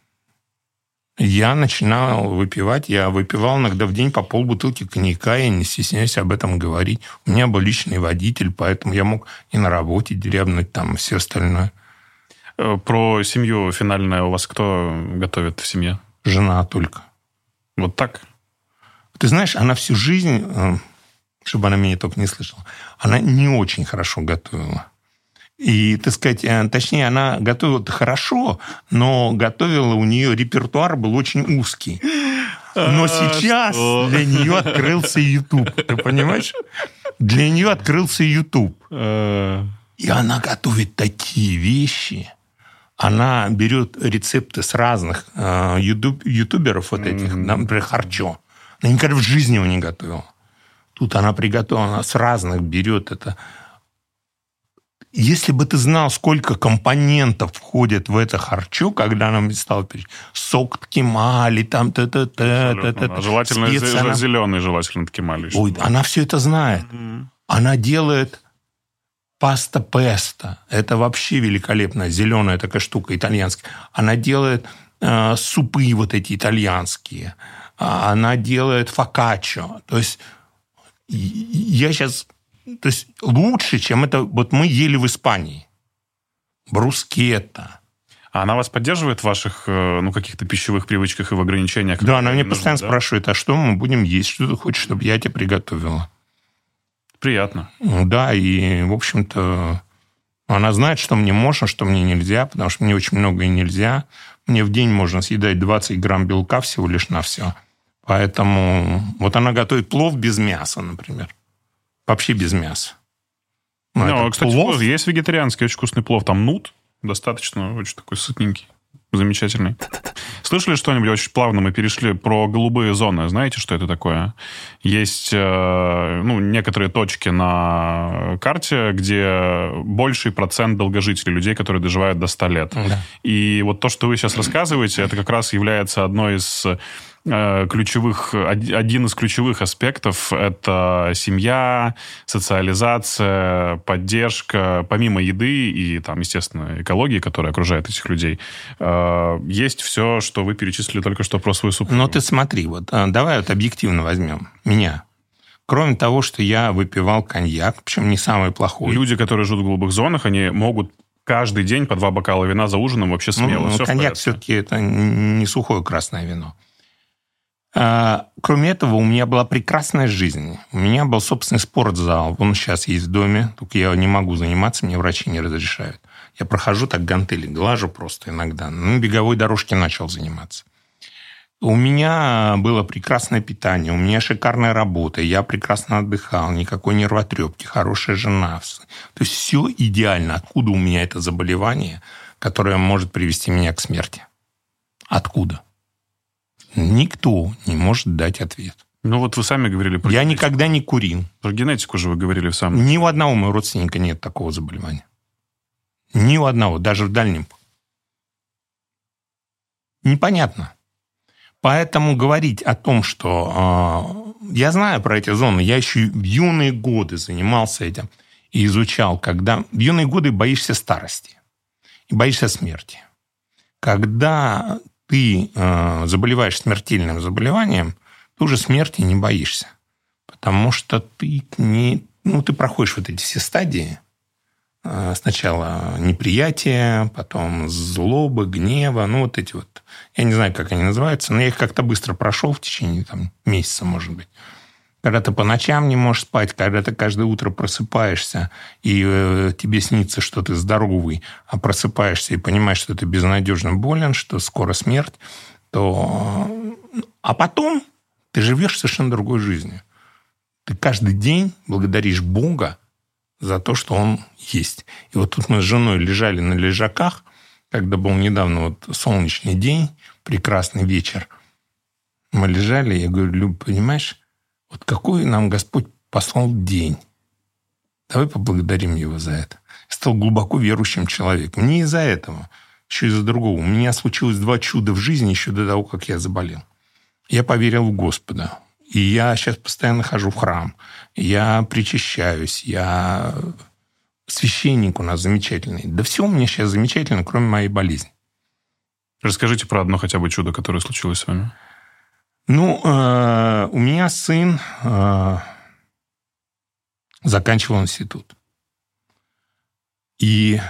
я начинал выпивать. Я выпивал иногда в день по полбутылки коньяка, я не стесняюсь об этом говорить. У меня был личный водитель, поэтому я мог и на работе дерябнуть, там, и все остальное. Про семью финальное у вас кто готовит в семье? Жена только. Вот так? Ты знаешь, она всю жизнь... чтобы она меня только не слышала, она не очень хорошо готовила. И, так сказать, точнее, она готовила хорошо, но готовила, у нее репертуар был очень узкий. Но сейчас для нее открылся YouTube. Ты понимаешь? Для нее открылся YouTube. И она готовит такие вещи. Она берет рецепты с разных ютуберов вот этих, например, Харчо. Она никогда в жизни его не готовила. Тут она приготовила, она с разных берет это. Если бы ты знал, сколько компонентов входит в это харчо, когда она мне стала пить, сок ткемали, там т-т-т. Желательно она... зеленый, желательно ткемали. Ой, она все это знает. Mm-hmm. Она делает паста песто. Это вообще великолепная зеленая такая штука итальянская. Она делает э, супы вот эти итальянские. Она делает фокаччо. То есть я сейчас... То есть лучше, чем это... Вот мы ели в Испании. Брускетта. А она вас поддерживает в ваших, ну, каких-то пищевых привычках и в ограничениях? Да, она мне нужны, постоянно да? спрашивает, а что мы будем есть? Что ты хочешь, чтобы я тебе приготовила? Приятно. Да, и, в общем-то, она знает, что мне можно, что мне нельзя, потому что мне очень много и нельзя. Мне в день можно съедать двадцать грамм белка всего лишь на все. Поэтому вот она готовит плов без мяса, например. Вообще без мяса. Ну, ну кстати, плов... есть вегетарианский очень вкусный плов. Там нут достаточно, очень такой сытненький. Замечательный. Слышали что-нибудь? Очень плавно мы перешли про голубые зоны. Знаете, что это такое? Есть э, ну, некоторые точки на карте, где больший процент долгожителей, людей, которые доживают до ста лет. Да. И вот то, что вы сейчас рассказываете, это как раз является одной из ключевых, один из ключевых аспектов – это семья, социализация, поддержка. Помимо еды и, там, естественно, экологии, которая окружает этих людей, есть все, что вы перечислили только что про свою супругу. Ну, ты смотри, вот давай вот объективно возьмем меня. Кроме того, что я выпивал коньяк, причем не самый плохой. Люди, которые живут в голубых зонах, они могут каждый день по два бокала вина за ужином вообще смело. Ну, все коньяк все-таки это не сухое красное вино. Кроме этого, у меня была прекрасная жизнь. У меня был собственный спортзал. Он сейчас есть в доме, только я не могу заниматься, мне врачи не разрешают. Я прохожу так гантели, глажу просто иногда. Ну, беговой дорожке начал заниматься. У меня было прекрасное питание, у меня шикарная работа, я прекрасно отдыхал, никакой нервотрепки, хорошая жена. То есть все идеально. Откуда у меня это заболевание, которое может привести меня к смерти? Откуда? Никто не может дать ответ. Ну, вот вы сами говорили про Я генетику. никогда не курил. Про генетику же вы говорили в самом... Ни у одного моего родственника нет такого заболевания. Ни у одного, даже в дальнем. Непонятно. Поэтому говорить о том, что... Э, я знаю про эти зоны. Я еще в юные годы занимался этим и изучал. Когда в юные годы боишься старости и боишься смерти. Когда... ты э, заболеваешь смертельным заболеванием, ты уже смерти не боишься. Потому что ты не... Ну, ты проходишь вот эти все стадии. Э, сначала неприятие, потом злоба, гнева. Ну, вот эти вот... Я не знаю, как они называются, но я их как-то быстро прошел в течение там, месяца, может быть. Когда ты по ночам не можешь спать, когда ты каждое утро просыпаешься, и э, тебе снится, что ты здоровый, а просыпаешься и понимаешь, что ты безнадежно болен, что скоро смерть, то... А потом ты живешь совершенно другой жизнью. Ты каждый день благодаришь Бога за то, что Он есть. И вот тут мы с женой лежали на лежаках, когда был недавно вот солнечный день, прекрасный вечер. Мы лежали, я говорю: Люб, понимаешь, вот какой нам Господь послал день. Давай поблагодарим Его за это. Я стал глубоко верующим человеком. Не из-за этого, еще из-за другого. У меня случилось два чуда в жизни еще до того, как я заболел. Я поверил в Господа. И я сейчас постоянно хожу в храм. Я причащаюсь. Я... Священник у нас замечательный. Да все у меня сейчас замечательно, кроме моей болезни. Расскажите про одно хотя бы чудо, которое случилось с вами. Ну, э, у меня сын э, заканчивал институт. И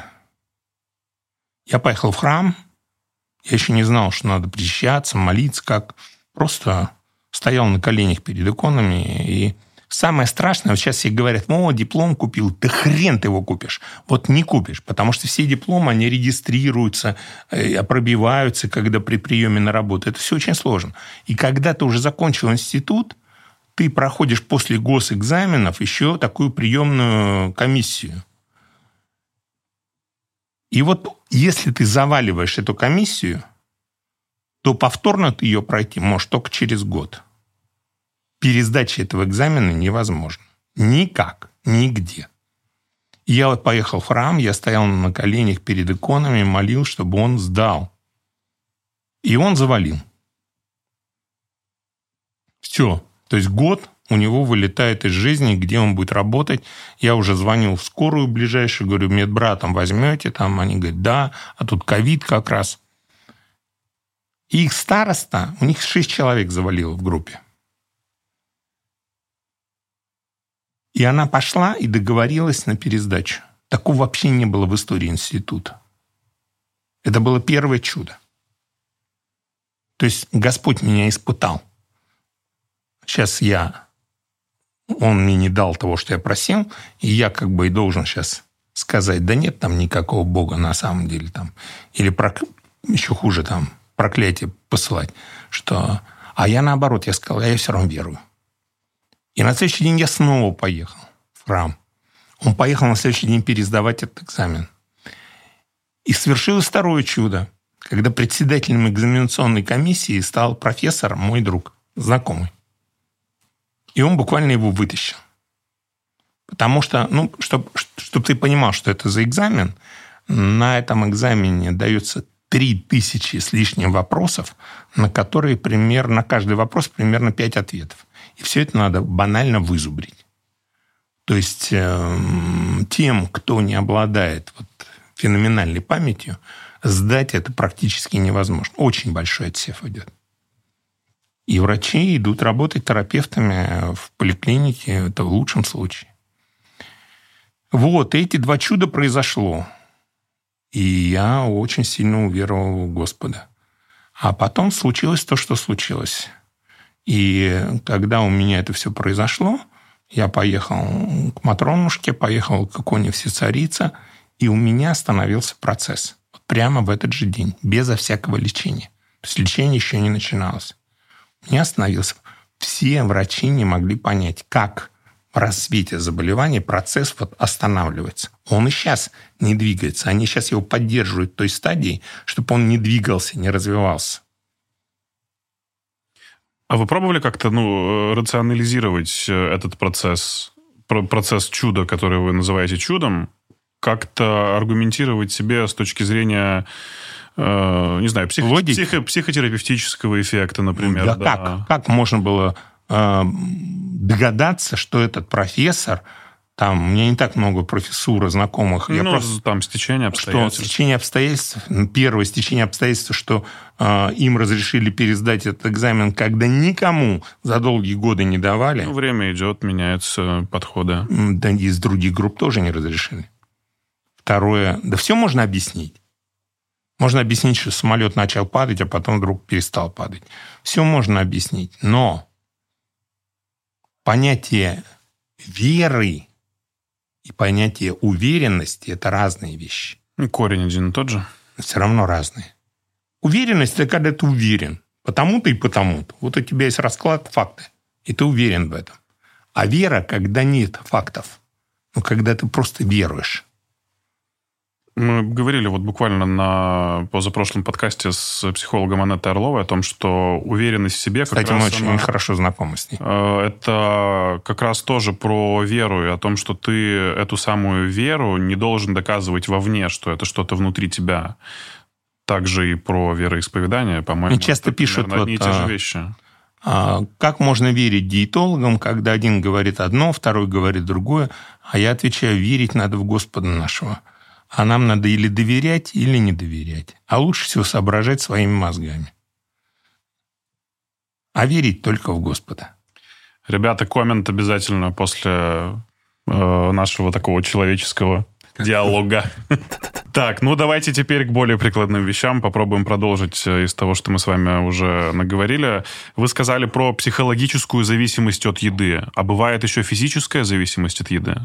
я поехал в храм. Я еще не знал, что надо причащаться, молиться, как. Просто стоял на коленях перед иконами. И самое страшное, вот сейчас все говорят: о, диплом купил. Да хрен ты его купишь. Вот не купишь, потому что все дипломы, они регистрируются, пробиваются, когда при приеме на работу. Это все очень сложно. И когда ты уже закончил институт, ты проходишь после госэкзаменов еще такую приемную комиссию. И вот если ты заваливаешь эту комиссию, то повторно ты ее пройти можешь только через год. Пересдача этого экзамена невозможна. Никак, нигде. Я вот поехал в храм, я стоял на коленях перед иконами, молил, чтобы он сдал. И он завалил. Все. То есть год у него вылетает из жизни, где он будет работать. Я уже звонил в скорую ближайшую, говорю, медбратом возьмете? Там они говорят, да, а тут ковид как раз. И их староста, у них шесть человек завалило в группе. И она пошла и договорилась на пересдачу. Такого вообще не было в истории института. Это было первое чудо. То есть Господь меня испытал. Сейчас я... Он мне не дал того, что я просил, и я как бы и должен сейчас сказать, да нет там никакого Бога на самом деле. Там, или прок... еще хуже, там, проклятие посылать. Что... А я наоборот, я сказал, я все равно верую. И на следующий день я снова поехал в храм. Он поехал на следующий день пересдавать этот экзамен. И свершилось второе чудо, когда председателем экзаменационной комиссии стал профессор, мой друг, знакомый. И он буквально его вытащил. Потому что, ну, чтобы чтоб ты понимал, что это за экзамен, на этом экзамене дается три тысячи с лишним вопросов, на которые примерно, на каждый вопрос примерно пять ответов. И все это надо банально вызубрить. То есть э, тем, кто не обладает вот, феноменальной памятью, сдать это практически невозможно. Очень большой отсев идет. И врачи идут работать терапевтами в поликлинике, это в лучшем случае. Вот, эти два чуда произошло. И я очень сильно уверовал в Господа. А потом случилось то, что случилось. И когда у меня это все произошло, я поехал к Матронушке, поехал к иконе Всецарица, и у меня остановился процесс. Прямо в этот же день, безо всякого лечения. То есть лечение еще не начиналось. У меня остановился. Все врачи не могли понять, как в рассвете заболевания процесс вот останавливается. Он и сейчас не двигается. Они сейчас его поддерживают в той стадии, чтобы он не двигался, не развивался. А вы пробовали как-то ну, рационализировать этот процесс, процесс чуда, который вы называете чудом, как-то аргументировать себе с точки зрения, э, не знаю, псих, психо, психотерапевтического эффекта, например? Да, да. Как? Как можно было э, догадаться, что этот профессор... Там, у меня не так много профессуры знакомых. Я ну, просто, там стечение обстоятельств. Что стечение обстоятельств, первое стечение обстоятельств, что э, им разрешили пересдать этот экзамен, когда никому за долгие годы не давали. Ну, время идет, меняются подходы. Да, из других групп тоже не разрешили. Второе, да все можно объяснить. Можно объяснить, что самолет начал падать, а потом вдруг перестал падать. Все можно объяснить. Но понятие веры и понятие уверенности – это разные вещи. И корень один и тот же. Все равно разные. Уверенность – это когда ты уверен. Потому-то и потому-то. Вот у тебя есть расклад, факты. И ты уверен в этом. А вера, когда нет фактов. Ну, когда ты просто веруешь. Мы говорили вот буквально на позапрошлом подкасте с психологом Анеттой Орловой о том, что уверенность в себе... Кстати, мы очень она, хорошо знакомы с ней. Это как раз тоже про веру и о том, что ты эту самую веру не должен доказывать вовне, что это что-то внутри тебя. Также и про вероисповедание, по-моему. Мне часто пишут вот, одни и те же вещи. А, как можно верить диетологам, когда один говорит одно, второй говорит другое, а я отвечаю, верить надо в Господа нашего. А нам надо или доверять, или не доверять. А лучше всего соображать своими мозгами. А верить только в Господа. Ребята, коммент обязательно после э, нашего такого человеческого диалога. Так, ну давайте теперь к более прикладным вещам. Попробуем продолжить из того, что мы с вами уже наговорили. Вы сказали про психологическую зависимость от еды. А бывает еще физическая зависимость от еды?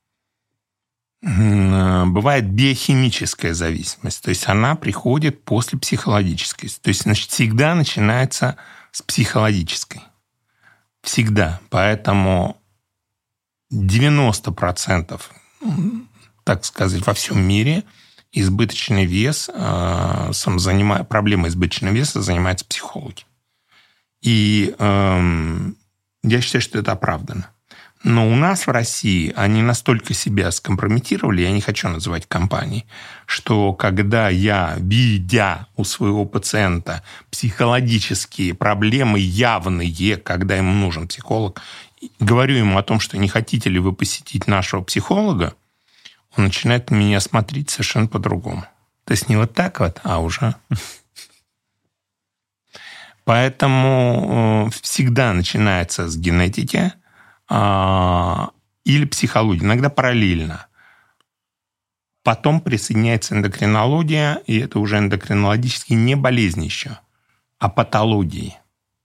Бывает биохимическая зависимость. То есть она приходит после психологической. То есть, значит, всегда начинается с психологической. Всегда. Поэтому девяносто процентов, так сказать, во всем мире избыточный вес, э, сам занимает, проблема избыточного веса занимаются психологи. И э, я считаю, что это оправдано. Но у нас в России они настолько себя скомпрометировали, я не хочу называть компании, что когда я, видя у своего пациента психологические проблемы явные, когда ему нужен психолог, говорю ему о том, что не хотите ли вы посетить нашего психолога, он начинает меня смотреть совершенно по-другому. То есть не вот так вот, а уже... Поэтому всегда начинается с генетики или психологии, иногда параллельно. Потом присоединяется эндокринология, и это уже эндокринологические не болезни еще, а патологии.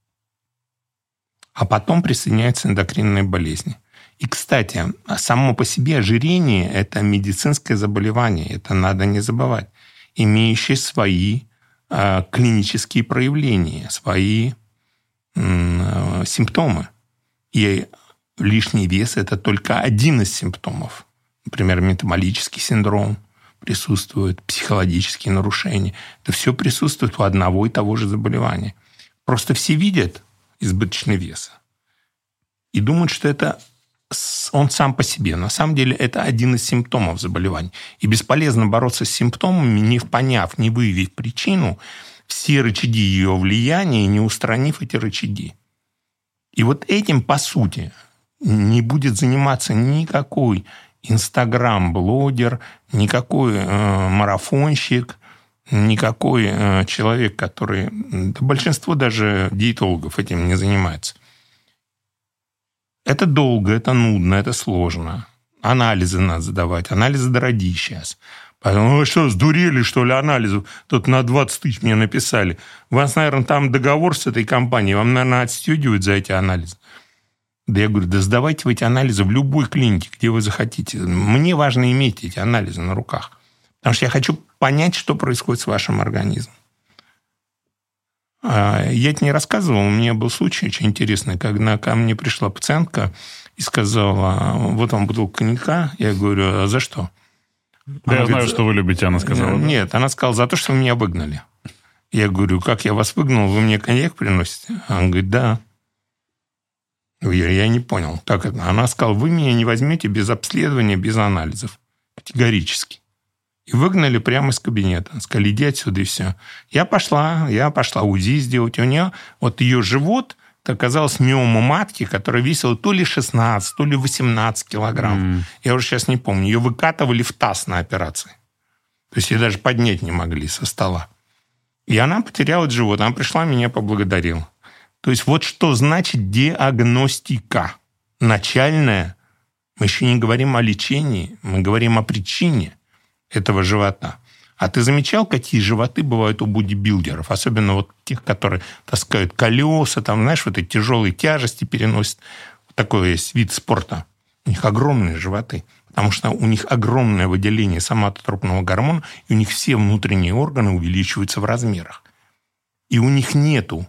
А потом присоединяются эндокринные болезни. И, кстати, само по себе ожирение – это медицинское заболевание, это надо не забывать, имеющее свои э, клинические проявления, свои э, симптомы. И лишний вес – это только один из симптомов. Например, метаболический синдром присутствует, психологические нарушения. Это все присутствует у одного и того же заболевания. Просто все видят избыточный вес и думают, что это он сам по себе. На самом деле это один из симптомов заболевания. И бесполезно бороться с симптомами, не поняв, не выявив причину, все рычаги ее влияния, не устранив эти рычаги. И вот этим, по сути, не будет заниматься никакой инстаграм-блогер, никакой э, марафонщик, никакой э, человек, который... Да большинство даже диетологов этим не занимается. Это долго, это нудно, это сложно. Анализы надо сдавать. Анализы дорогие сейчас. Поэтому, вы что, сдурели, что ли, анализов? Тут на двадцать тысяч мне написали. У вас, наверное, там договор с этой компанией, вам, наверное, отстегивают за эти анализы. Да я говорю, да сдавайте вы эти анализы в любой клинике, где вы захотите. Мне важно иметь эти анализы на руках. Потому что я хочу понять, что происходит с вашим организмом. Я это не рассказывал. У меня был случай очень интересный, когда ко мне пришла пациентка и сказала, вот вам бутылка коньяка. Я говорю, а за что? Да, она я говорит, знаю, что вы любите, она сказала. Нет, да? Она сказала, за то, что вы меня выгнали. Я говорю, как я вас выгнал, вы мне коньяк приносите? Она говорит, да. Я, я не понял, как это. Она сказала, вы меня не возьмете без обследования, без анализов. Категорически. И выгнали прямо из кабинета. Сказали, иди отсюда, и все. Я пошла, я пошла УЗИ сделать. У нее, вот ее живот, это оказалось миома матки, которая весила то ли шестнадцать, то ли восемнадцать килограмм. Mm. Я уже сейчас не помню. Ее выкатывали в таз на операции. То есть ее даже поднять не могли со стола. И она потеряла живот. Она пришла, меня поблагодарила. То есть вот что значит диагностика. Начальная. Мы еще не говорим о лечении, мы говорим о причине этого живота. А ты замечал, какие животы бывают у бодибилдеров? Особенно вот тех, которые таскают колеса, там, знаешь, вот эти тяжелые тяжести переносят. Вот такой есть вид спорта. У них огромные животы, потому что у них огромное выделение соматотропного гормона, и у них все внутренние органы увеличиваются в размерах. И у них нету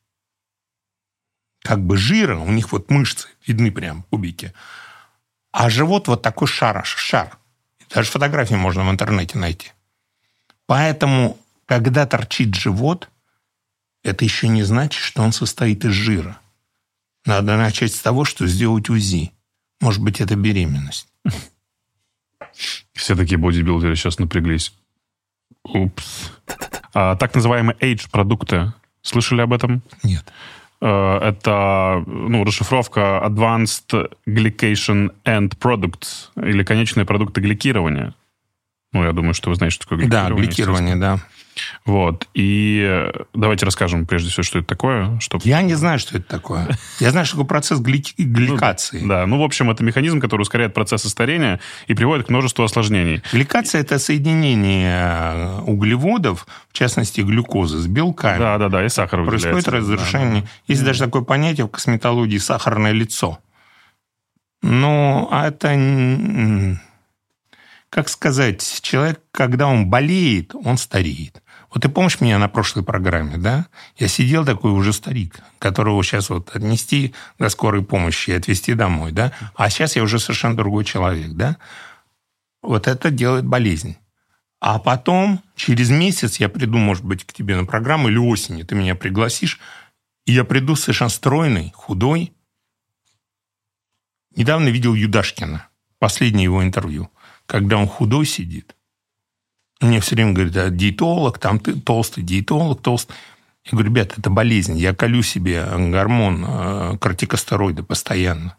как бы жира, у них вот мышцы видны прям, кубики. А живот вот такой шар, шар. Даже фотографии можно в интернете найти. Поэтому, когда торчит живот, это еще не значит, что он состоит из жира. Надо начать с того, что сделать УЗИ. Может быть, это беременность. Все такие бодибилдеры сейчас напряглись. Упс. А, так называемые эйдж-продукты. Слышали об этом? Нет. Это, ну, расшифровка Advanced Glycation End Products, или конечные продукты гликирования. Ну, я думаю, что вы знаете, что такое гликирование. Да, гликирование, да. Вот. И давайте расскажем прежде всего, что это такое. Чтобы... Я не знаю, что это такое. Я знаю, что такое процесс гли... гликации. Ну, да, ну, в общем, это механизм, который ускоряет процессы старения и приводит к множеству осложнений. Гликация – это соединение углеводов, в частности, глюкозы, с белками. Да, да, да, и сахар выделяется. Происходит разрушение. Да, да. Есть mm. даже такое понятие в косметологии – сахарное лицо. Ну, а это... Как сказать, человек, когда он болеет, он стареет. Вот ты помнишь меня на прошлой программе, да? Я сидел такой уже старик, которого сейчас вот отнести до скорой помощи и отвезти домой, да? А сейчас я уже совершенно другой человек, да? Вот это делает болезнь. А потом, через месяц я приду, может быть, к тебе на программу, или осенью ты меня пригласишь, и я приду совершенно стройный, худой, Недавно видел Юдашкина, последнее его интервью, когда он худой сидит. Мне все время говорят, а диетолог, там ты толстый, диетолог, толстый. Я говорю, ребят, это болезнь. Я колю себе гормон кортикостероида постоянно.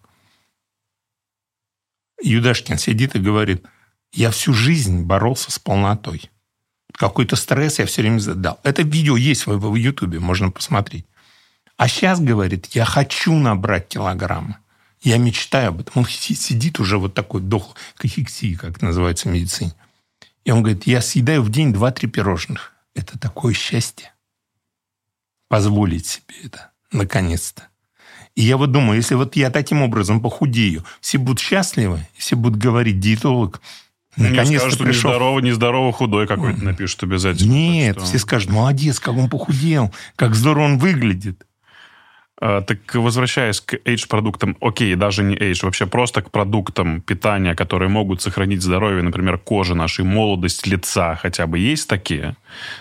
Юдашкин сидит и говорит, я всю жизнь боролся с полнотой. Какой-то стресс я все время задал. Это видео есть в Ютубе, можно посмотреть. А сейчас, говорит, я хочу набрать килограммы. Я мечтаю об этом. Он сидит уже вот такой дохлый, кахексия, как это называется в медицине. И он говорит, я съедаю в день два-три пирожных. Это такое счастье. Позволить себе это, наконец-то. И я вот думаю, если вот я таким образом похудею, все будут счастливы, все будут говорить, диетолог, наконец-то скажут, пришел. Нездорово, нездорово худой какой-то напишут обязательно. Нет, что... все скажут, молодец, как он похудел, как здорово он выглядит. А, так возвращаясь к эйдж-продуктам, окей, даже не эйдж, вообще просто к продуктам питания, которые могут сохранить здоровье, например, кожи нашей, молодость лица, хотя бы есть такие?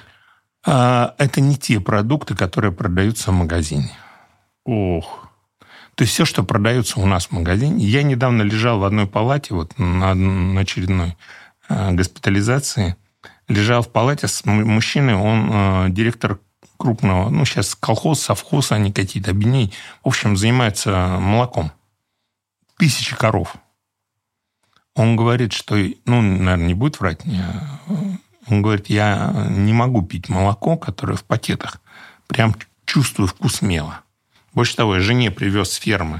А, это не те продукты, которые продаются в магазине. Ох. То есть все, что продается у нас в магазине. Я недавно лежал в одной палате, вот на, на очередной э, госпитализации, лежал в палате с мужчиной, он э, директор крупного, ну, сейчас колхоз, совхоз, они какие-то объединения, в общем, занимаются молоком. Тысячи коров. Он говорит, что, ну, наверное, не будет врать мне, он говорит, я не могу пить молоко, которое в пакетах, прям чувствую вкус мела. Больше того, я жене привез с фермы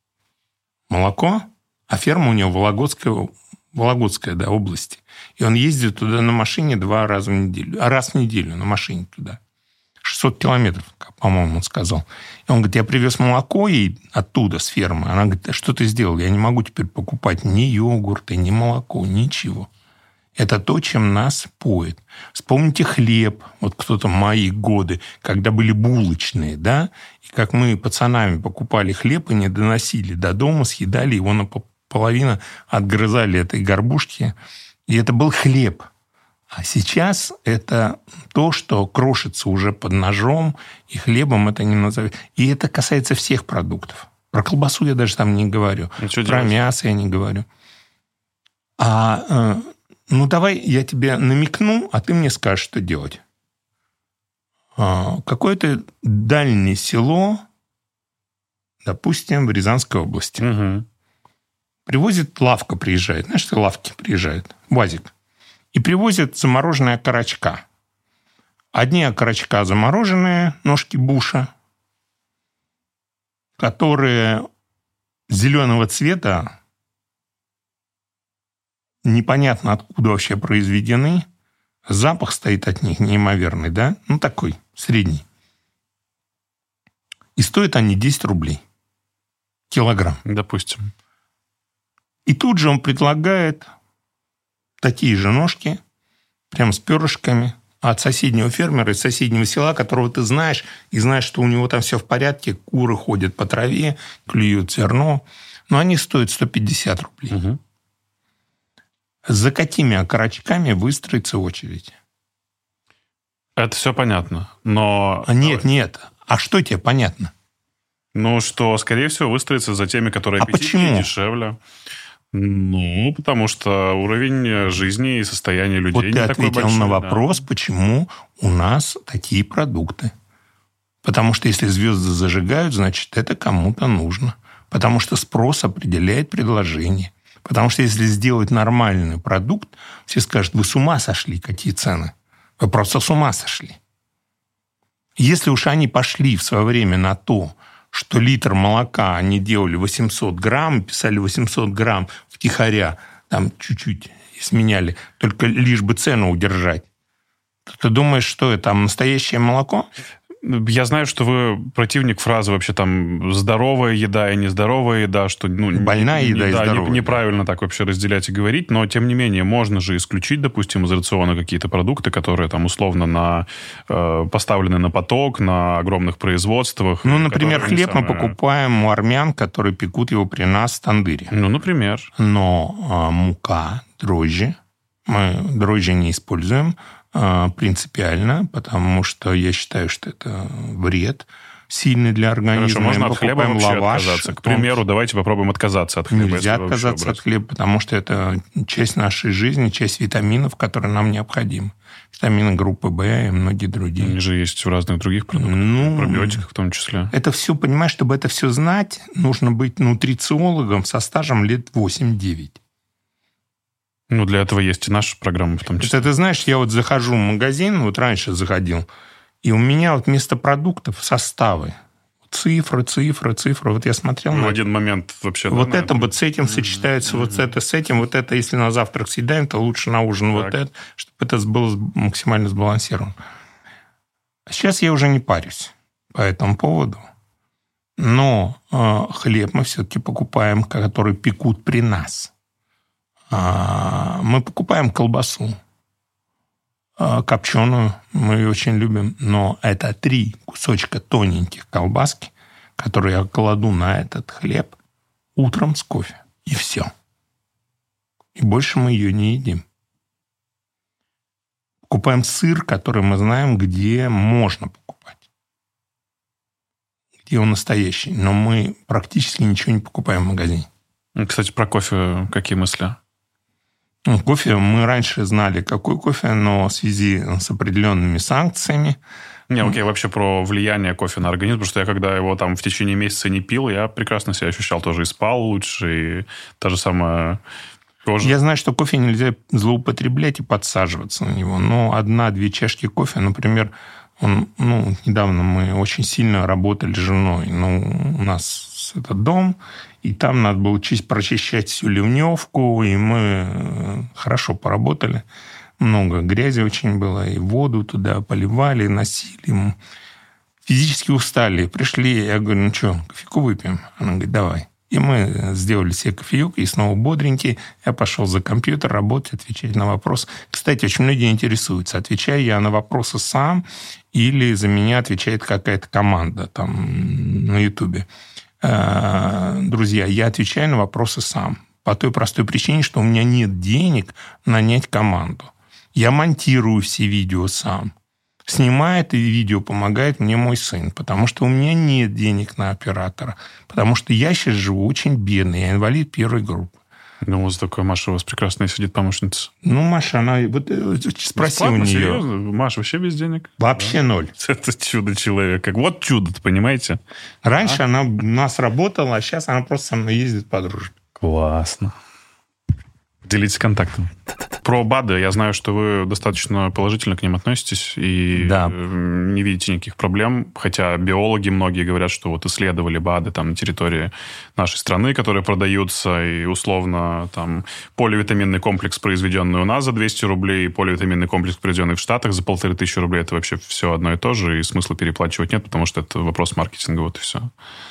молоко, а ферма у него в Вологодской, Вологодской да, области. И он ездит туда на машине два раза в неделю. А раз в неделю на машине туда. шестьсот километров, по-моему, он сказал. И он говорит, я привез молоко ей оттуда, с фермы. Она говорит, а что ты сделал? Я не могу теперь покупать ни йогурты, ни молоко, ничего. Это то, чем нас поет. Вспомните хлеб. Вот кто-то в мои годы, когда были булочные, да, и как мы пацанами покупали хлеб и не доносили до дома, съедали его наполовину, отгрызали этой горбушки. И это был хлеб. А сейчас это то, что крошится уже под ножом, и хлебом это не назовешь. И это касается всех продуктов. Про колбасу я даже там не говорю. Ну, про делать? мясо я не говорю. А... Ну, давай я тебе намекну, а ты мне скажешь, что делать. Какое-то дальнее село, допустим, в Рязанской области. Угу. Привозит, лавка приезжает. Знаешь, что лавки приезжают? УАЗик. И привозят замороженные окорочка. Одни окорочка замороженные, ножки буша, которые зеленого цвета, непонятно откуда вообще произведены. Запах стоит от них неимоверный, да? Ну, такой, средний. И стоят они десять рублей. Килограмм. Допустим. И тут же он предлагает такие же ножки, прям с перышками, от соседнего фермера из соседнего села, которого ты знаешь, и знаешь, что у него там все в порядке, куры ходят по траве, клюют зерно. Но они стоят сто пятьдесят рублей. Угу. За какими окорочками выстроится очередь? Это все понятно, но... Нет, нет. А что тебе понятно? Ну, что, скорее всего, выстроится за теми, которые а аппетитнее, почему? дешевле. Ну, потому что уровень жизни и состояние людей вот не ты такой ответил большой. на вопрос, да. Почему у нас такие продукты. Потому что если звезды зажигают, значит, это кому-то нужно. Потому что спрос определяет предложение. Потому что если сделать нормальный продукт, все скажут, вы с ума сошли, какие цены. Вы просто с ума сошли. Если уж они пошли в свое время на то, что литр молока они делали восемьсот грамм, писали восемьсот грамм втихаря, там чуть-чуть сменяли, только лишь бы цену удержать, то ты думаешь, что это там настоящее молоко? Я знаю, что вы противник фразы вообще там здоровая еда и нездоровая еда, что ну, больная не, еда не, и да, здоровая. Не, неправильно так вообще разделять и говорить, но тем не менее можно же исключить, допустим, из рациона какие-то продукты, которые там условно на, э, поставлены на поток, на огромных производствах. Ну, например, хлеб самое... мы покупаем у армян, которые пекут его при нас в тандыре. Ну, например. Но э, мука, дрожжи, мы дрожжи не используем, принципиально, потому что я считаю, что это вред. сильный для организма. Хорошо, можно мы от хлеба покупаем вообще лаваш. отказаться. К примеру, давайте попробуем отказаться от хлеба. Нельзя отказаться от хлеба, потому что это часть нашей жизни, часть витаминов, которые нам необходимы. Витамины группы В и многие другие. Они же есть в разных других продуктах, ну, пробиотиках в том числе. Это все, понимаешь, чтобы это все знать, нужно быть нутрициологом со стажем лет восемь-девять. Ну, для этого есть и наша программа в том числе. Это, ты знаешь, я вот захожу в магазин, вот раньше заходил, и у меня вот вместо продуктов составы. Цифры, цифры, цифры. Вот я смотрел... Ну, на... в один момент вообще... Вот да, это на... вот с этим сочетается, mm-hmm. вот это с этим, вот это, если на завтрак съедаем, то лучше на ужин так. вот это, чтобы это было максимально сбалансировано. Сейчас я уже не парюсь по этому поводу, но э, хлеб мы все-таки покупаем, который пекут при нас. А, мы покупаем колбасу а, копченую, мы ее очень любим, но это три кусочка тоненьких колбаски, которые я кладу на этот хлеб утром с кофе. И все. И больше мы ее не едим. Покупаем сыр, который мы знаем, где можно покупать. Где он настоящий. Но мы практически ничего не покупаем в магазине. Кстати, про кофе какие мысли? Кофе мы раньше знали, какой кофе, но в связи с определенными санкциями... Не, окей, вообще про влияние кофе на организм, потому что я когда его там в течение месяца не пил, я прекрасно себя ощущал, тоже и спал лучше, и та же самая кожа. Я знаю, что кофе нельзя злоупотреблять и подсаживаться на него, но одна-две чашки кофе, например, он, ну, недавно мы очень сильно работали с женой, ну, у нас этот дом, и там надо было прочищать всю ливневку, и мы хорошо поработали. Много грязи очень было, и воду туда поливали, носили. Физически устали. Пришли, я говорю, ну что, кофейку выпьем? Она говорит, давай. И мы сделали себе кофеек, и снова бодренький. Я пошел за компьютер работать, отвечать на вопросы. Кстати, очень многие интересуются, отвечаю я на вопросы сам, или за меня отвечает какая-то команда там на Ютубе. Друзья, я отвечаю на вопросы сам. По той простой причине, что у меня нет денег нанять команду. Я монтирую все видео сам. Снимает и видео помогает мне мой сын, потому что у меня нет денег на оператора. Потому что я сейчас живу очень бедный, я инвалид первой группы. Ну, вот такая Маша у вас прекрасная сидит помощница. Ну, Маша, она... Вот, спроси у нее. Серьезно? Маша вообще без денег? Вообще да? Ноль. Это чудо-человек. Вот чудо-то, понимаете? Раньше а? она у нас работала, а сейчас она просто со мной ездит по дружбе. Классно. Делитесь контактом. Про БАДы. Я знаю, что вы достаточно положительно к ним относитесь и да. не видите никаких проблем. Хотя биологи многие говорят, что вот исследовали БАДы там на территории нашей страны, которые продаются, и условно там поливитаминный комплекс, произведенный у нас за двести рублей, и поливитаминный комплекс, произведенный в Штатах за полторы тысячи рублей. Это вообще все одно и то же, и смысла переплачивать нет, потому что это вопрос маркетинга, вот и все.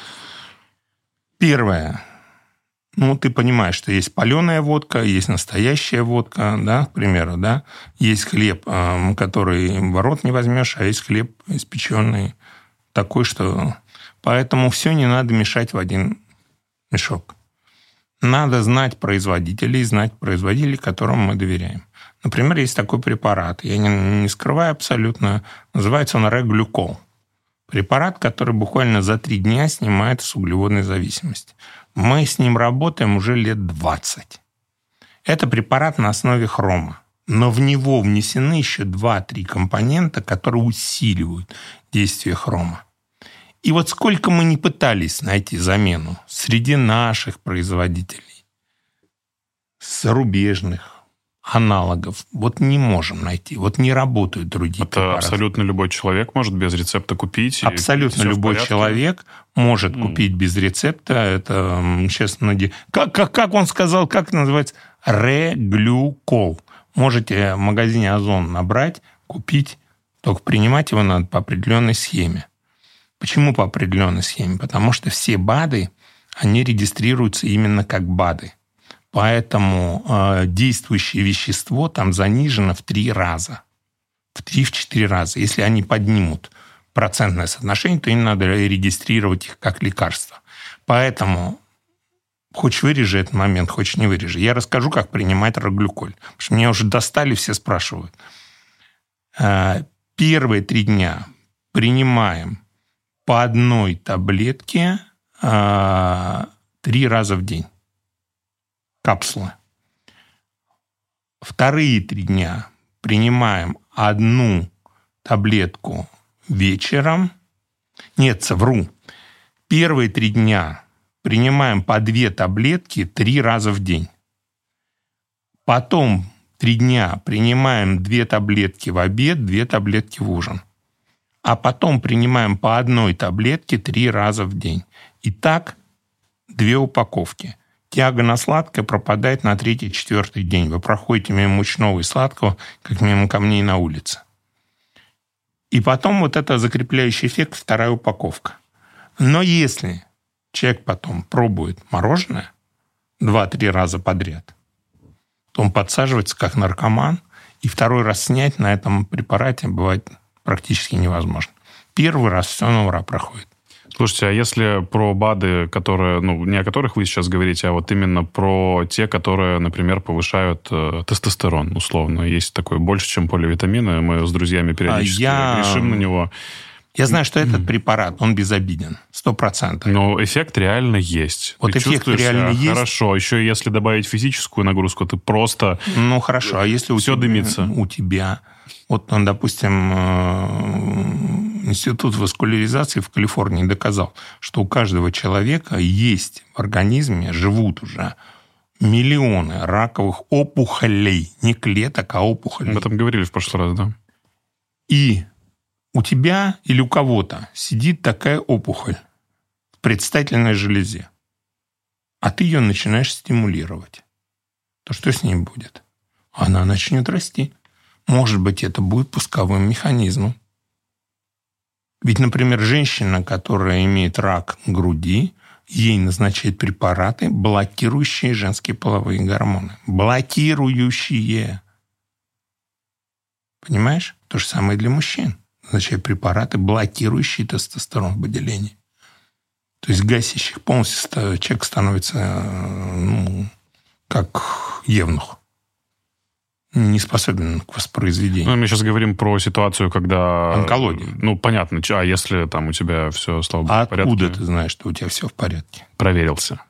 Первое. Ну, ты понимаешь, что есть паленая водка, есть настоящая водка, да, к примеру, да. Есть хлеб, который в рот не возьмешь, а есть хлеб испеченный такой, что... Поэтому все не надо мешать в один мешок. Надо знать производителей, знать производителей, которым мы доверяем. Например, есть такой препарат, я не, не скрываю абсолютно, называется он Реглюкол. Препарат, который буквально за три дня снимает с углеводной зависимости. Мы с ним работаем уже лет двадцать. Это препарат на основе хрома. Но в него внесены еще два-три компонента, которые усиливают действие хрома. И вот сколько мы не пытались найти замену среди наших производителей, зарубежных аналогов, вот не можем найти. Вот не работают другие Это препараты. Абсолютно любой человек может без рецепта купить. Абсолютно любой человек может mm. купить без рецепта. Это сейчас многие... Как, как, как он сказал, как это называется? Реглюкол. Можете в магазине Озон набрать, купить, только принимать его надо по определенной схеме. Почему по определенной схеме? Потому что все БАДы, они регистрируются именно как БАДы. Поэтому э, действующее вещество там занижено в три раза. В три-четыре раза. Если они поднимут процентное соотношение, то им надо регистрировать их как лекарство. Поэтому хочешь вырежи этот момент, хочешь не вырежи. Я расскажу, как принимать реглюколь. Потому что меня уже достали, все спрашивают. Э, первые три дня принимаем по одной таблетке э, три раза в день. Капсулы. Вторые три дня принимаем одну таблетку вечером. Нет, совру. Первые три дня принимаем по две таблетки три раза в день. Потом три дня принимаем две таблетки в обед, две таблетки в ужин. А потом принимаем по одной таблетке три раза в день. И так две упаковки. Тяга на сладкое пропадает на третий-четвертый день. Вы проходите мимо мучного и сладкого, как мимо камней на улице. И потом вот это закрепляющий эффект, вторая упаковка. Но если человек потом пробует мороженое два-три раза подряд, то он подсаживается как наркоман, и второй раз снять на этом препарате бывает практически невозможно. Первый раз все на ура проходит. Слушайте, а если про БАДы, которые, ну, не о которых вы сейчас говорите, а вот именно про те, которые, например, повышают э, тестостерон, условно. Есть такое больше, чем поливитамины. Мы с друзьями периодически а я... грешим на него. Я знаю, что этот препарат, он безобиден, сто процентов. Но эффект реально есть. Вот ты эффект реально есть. Хорошо. Еще если добавить физическую нагрузку, ты просто... Ну, хорошо. А если все у тебя, дымится? У тебя... Вот, допустим, Институт васкуляризации в Калифорнии доказал, что у каждого человека есть в организме, живут уже миллионы раковых опухолей. Не клеток, а опухолей. Об этом говорили в прошлый раз, да. И у тебя или у кого-то сидит такая опухоль в предстательной железе, а ты ее начинаешь стимулировать. То что с ней будет? Она начнет расти. Может быть, это будет пусковым механизмом. Ведь, например, женщина, которая имеет рак груди, ей назначают препараты, блокирующие женские половые гормоны. Блокирующие. Понимаешь? То же самое и для мужчин. Назначают препараты, блокирующие тестостерон в выделении. То есть гасящих полностью человек становится, ну, как евнух. Не способен к воспроизведению. Ну, мы сейчас говорим про ситуацию, когда... Онкология. Ну, понятно. А если там у тебя все, слава богу, а в порядке? Откуда ты знаешь, что у тебя все в порядке? Проверился.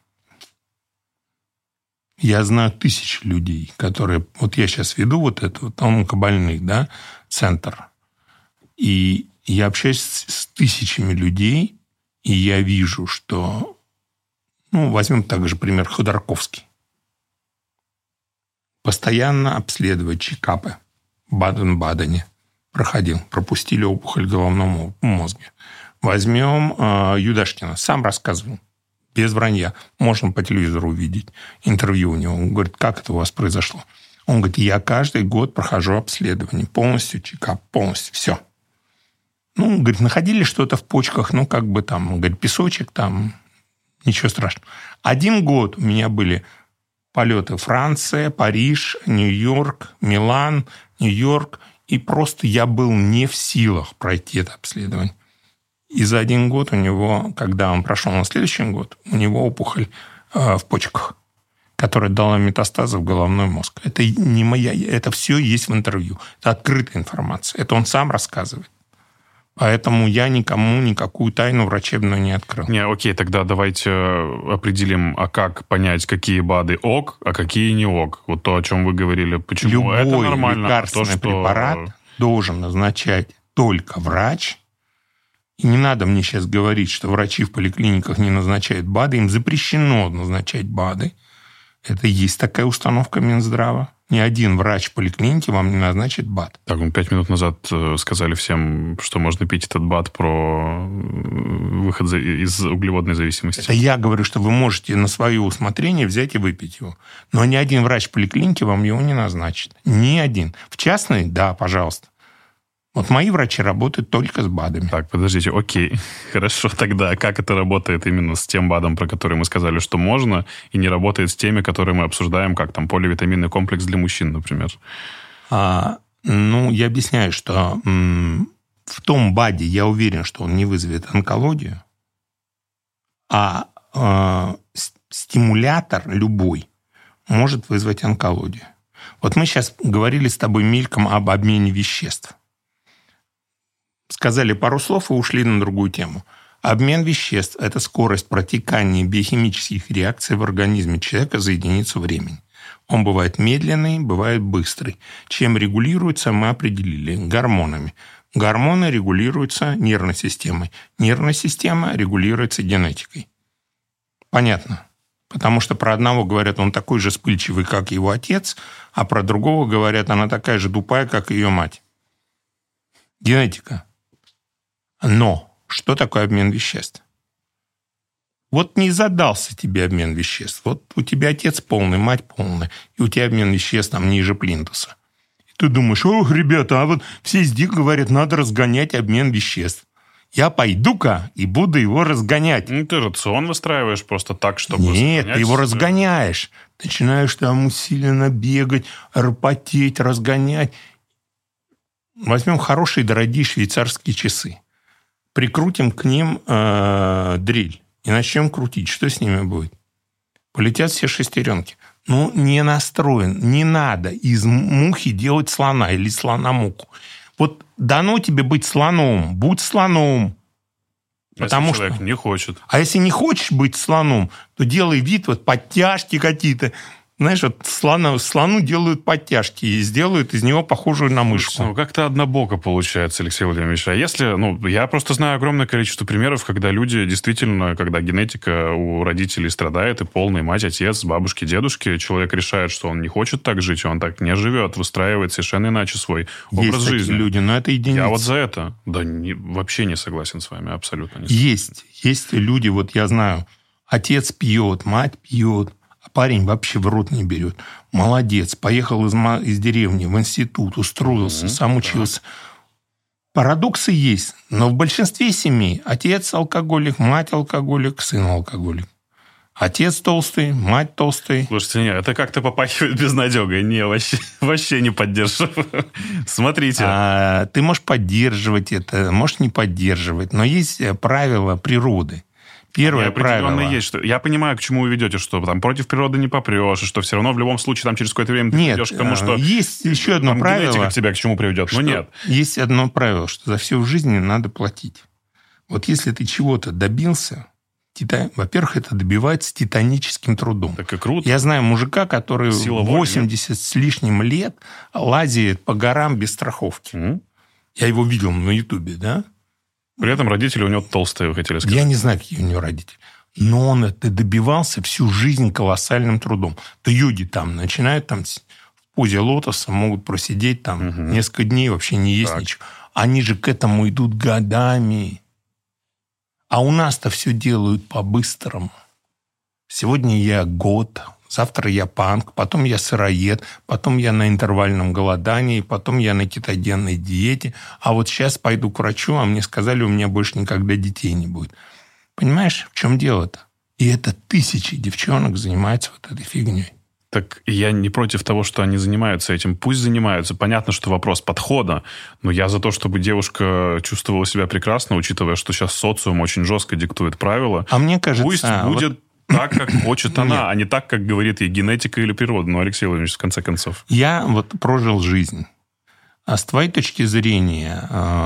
Я знаю тысячи людей, которые... Вот я сейчас веду вот это вот онкобольных, да, центр. И я общаюсь с тысячами людей, и я вижу, что... Ну, возьмем также пример Ходорковский. Постоянно обследовать чекапы в Баден-Бадене. Проходил. Пропустили опухоль в головном мозге. Возьмем э, Юдашкина. Сам рассказывал. Без вранья. Можно по телевизору увидеть интервью у него. Он говорит, как это у вас произошло? Он говорит, я каждый год прохожу обследование. Полностью чекап. Полностью. Все. Ну, говорит, находили что-то в почках. Ну, как бы там, говорит, песочек там. Ничего страшного. Один год у меня были... полеты Франция, Париж, Нью-Йорк, Милан, Нью-Йорк. И просто я был не в силах пройти это обследование. И за один год у него, когда он прошел на следующий год, у него опухоль э, в почках, которая дала метастазы в головной мозг. Это не моя, это все есть в интервью. Это открытая информация. Это он сам рассказывает. Поэтому я никому никакую тайну врачебную не открыл. Не, окей, тогда давайте определим, а как понять, какие БАДы ок, а какие не ок. Вот то, о чем вы говорили. Почему Любой это нормально? лекарственный то, что... препарат должен назначать только врач. И не надо мне сейчас говорить, что врачи в поликлиниках не назначают БАДы. Им запрещено назначать БАДы. Это есть такая установка Минздрава. Ни один врач в поликлинике вам не назначит БАД. Так, мы пять минут назад сказали всем, что можно пить этот БАД про выход из углеводной зависимости. Это я говорю, что вы можете на свое усмотрение взять и выпить его. Но ни один врач в поликлинике вам его не назначит. Ни один. В частной, да, пожалуйста. Вот мои врачи работают только с БАДами. Так, подождите, окей. Хорошо, тогда как это работает именно с тем БАДом, про который мы сказали, что можно, и не работает с теми, которые мы обсуждаем, как там поливитаминный комплекс для мужчин, например? А, ну, я объясняю, что м, в том БАДе я уверен, что он не вызовет онкологию, а э, стимулятор любой может вызвать онкологию. Вот мы сейчас говорили с тобой мельком об обмене веществ. Сказали пару слов и ушли на другую тему. Обмен веществ – это скорость протекания биохимических реакций в организме человека за единицу времени. Он бывает медленный, бывает быстрый. Чем регулируется, мы определили гормонами. Гормоны регулируются нервной системой. Нервная система регулируется генетикой. Понятно. Потому что про одного говорят, он такой же вспыльчивый, как его отец, а про другого говорят, она такая же тупая, как ее мать. Генетика. Но что такое обмен веществ? Вот не задался тебе обмен веществ. Вот у тебя отец полный, мать полная, и у тебя обмен веществ там ниже плинтуса. И ты думаешь, ох, ребята, а вот все здесь говорят, надо разгонять обмен веществ. Я пойду-ка и буду его разгонять. Ну, ты рацион выстраиваешь просто так, чтобы... Нет, ты его себя. разгоняешь. Начинаешь там усиленно бегать, ропотеть, разгонять. Возьмем хорошие, дорогие швейцарские часы. Прикрутим к ним э, дрель. И начнем крутить. Что с ними будет? Полетят все шестеренки. Ну, не настроен. Не надо из мухи делать слона или слона муку. Вот дано тебе быть слоном. Будь слоном. Потому если человек что... не хочет. А если не хочешь быть слоном, то делай вид, вот подтяжки какие-то. Знаешь, вот слону, слону делают подтяжки и сделают из него похожую на мышку. Ну, как-то однобоко получается, Алексей Владимирович. А если, ну, я просто знаю огромное количество примеров, когда люди действительно, когда генетика у родителей страдает, и полный мать, отец, бабушки, дедушки, человек решает, что он не хочет так жить, и он так не живет, выстраивает совершенно иначе свой образ Есть жизни. Такие люди, но это единицы. Я вот за это, да, не, вообще не согласен с вами, абсолютно не согласен. Есть, есть люди, вот я знаю, отец пьет, мать пьет, а парень вообще в рот не берет. Молодец, поехал из, из деревни в институт, устроился, mm-hmm. сам учился. Да. Парадоксы есть, но в большинстве семей отец алкоголик, мать алкоголик, сын алкоголик. Отец толстый, мать толстый. Слушайте, нет, это как-то попахивает безнадегой. Не, вообще, вообще не поддерживаю. Смотрите. А, ты можешь поддерживать это, можешь не поддерживать, но есть правила природы. Первое правило. Есть, что я понимаю, к чему вы ведете, что там против природы не попрешь, и что все равно в любом случае там через какое-то время ты нет, придешь к тому, что... есть еще одно там, правило. Генетика тебя к чему приведет, но нет. Есть одно правило, что за все в жизни надо платить. Вот если ты чего-то добился, тита... во-первых, это добивается титаническим трудом. Так и круто. Я знаю мужика, который Сила восемьдесят воли, с лишним лет лазит по горам без страховки. Mm-hmm. Я его видел на Ютубе, да? При этом родители у него толстые, вы хотели сказать. Я не знаю, какие у него родители. Но он это добивался всю жизнь колоссальным трудом. То люди там начинают там в позе лотоса, могут просидеть там угу. несколько дней, вообще не есть так. ничего. Они же к этому идут годами. А у нас-то все делают по-быстрому. Сегодня я год, завтра я панк, потом я сыроед, потом я на интервальном голодании, потом я на кетогенной диете, а вот сейчас пойду к врачу, а мне сказали, у меня больше никогда детей не будет. Понимаешь, в чем дело-то? И это тысячи девчонок занимаются вот этой фигней. Так я не против того, что они занимаются этим. Пусть занимаются. Понятно, что вопрос подхода, но я за то, чтобы девушка чувствовала себя прекрасно, учитывая, что сейчас социум очень жестко диктует правила. А мне кажется... Пусть а, будет... Вот... так, как хочет она, а не так, как говорит ей генетика или природа. Ну, Алексей Владимирович, в конце концов. Я вот прожил жизнь. А с твоей точки зрения,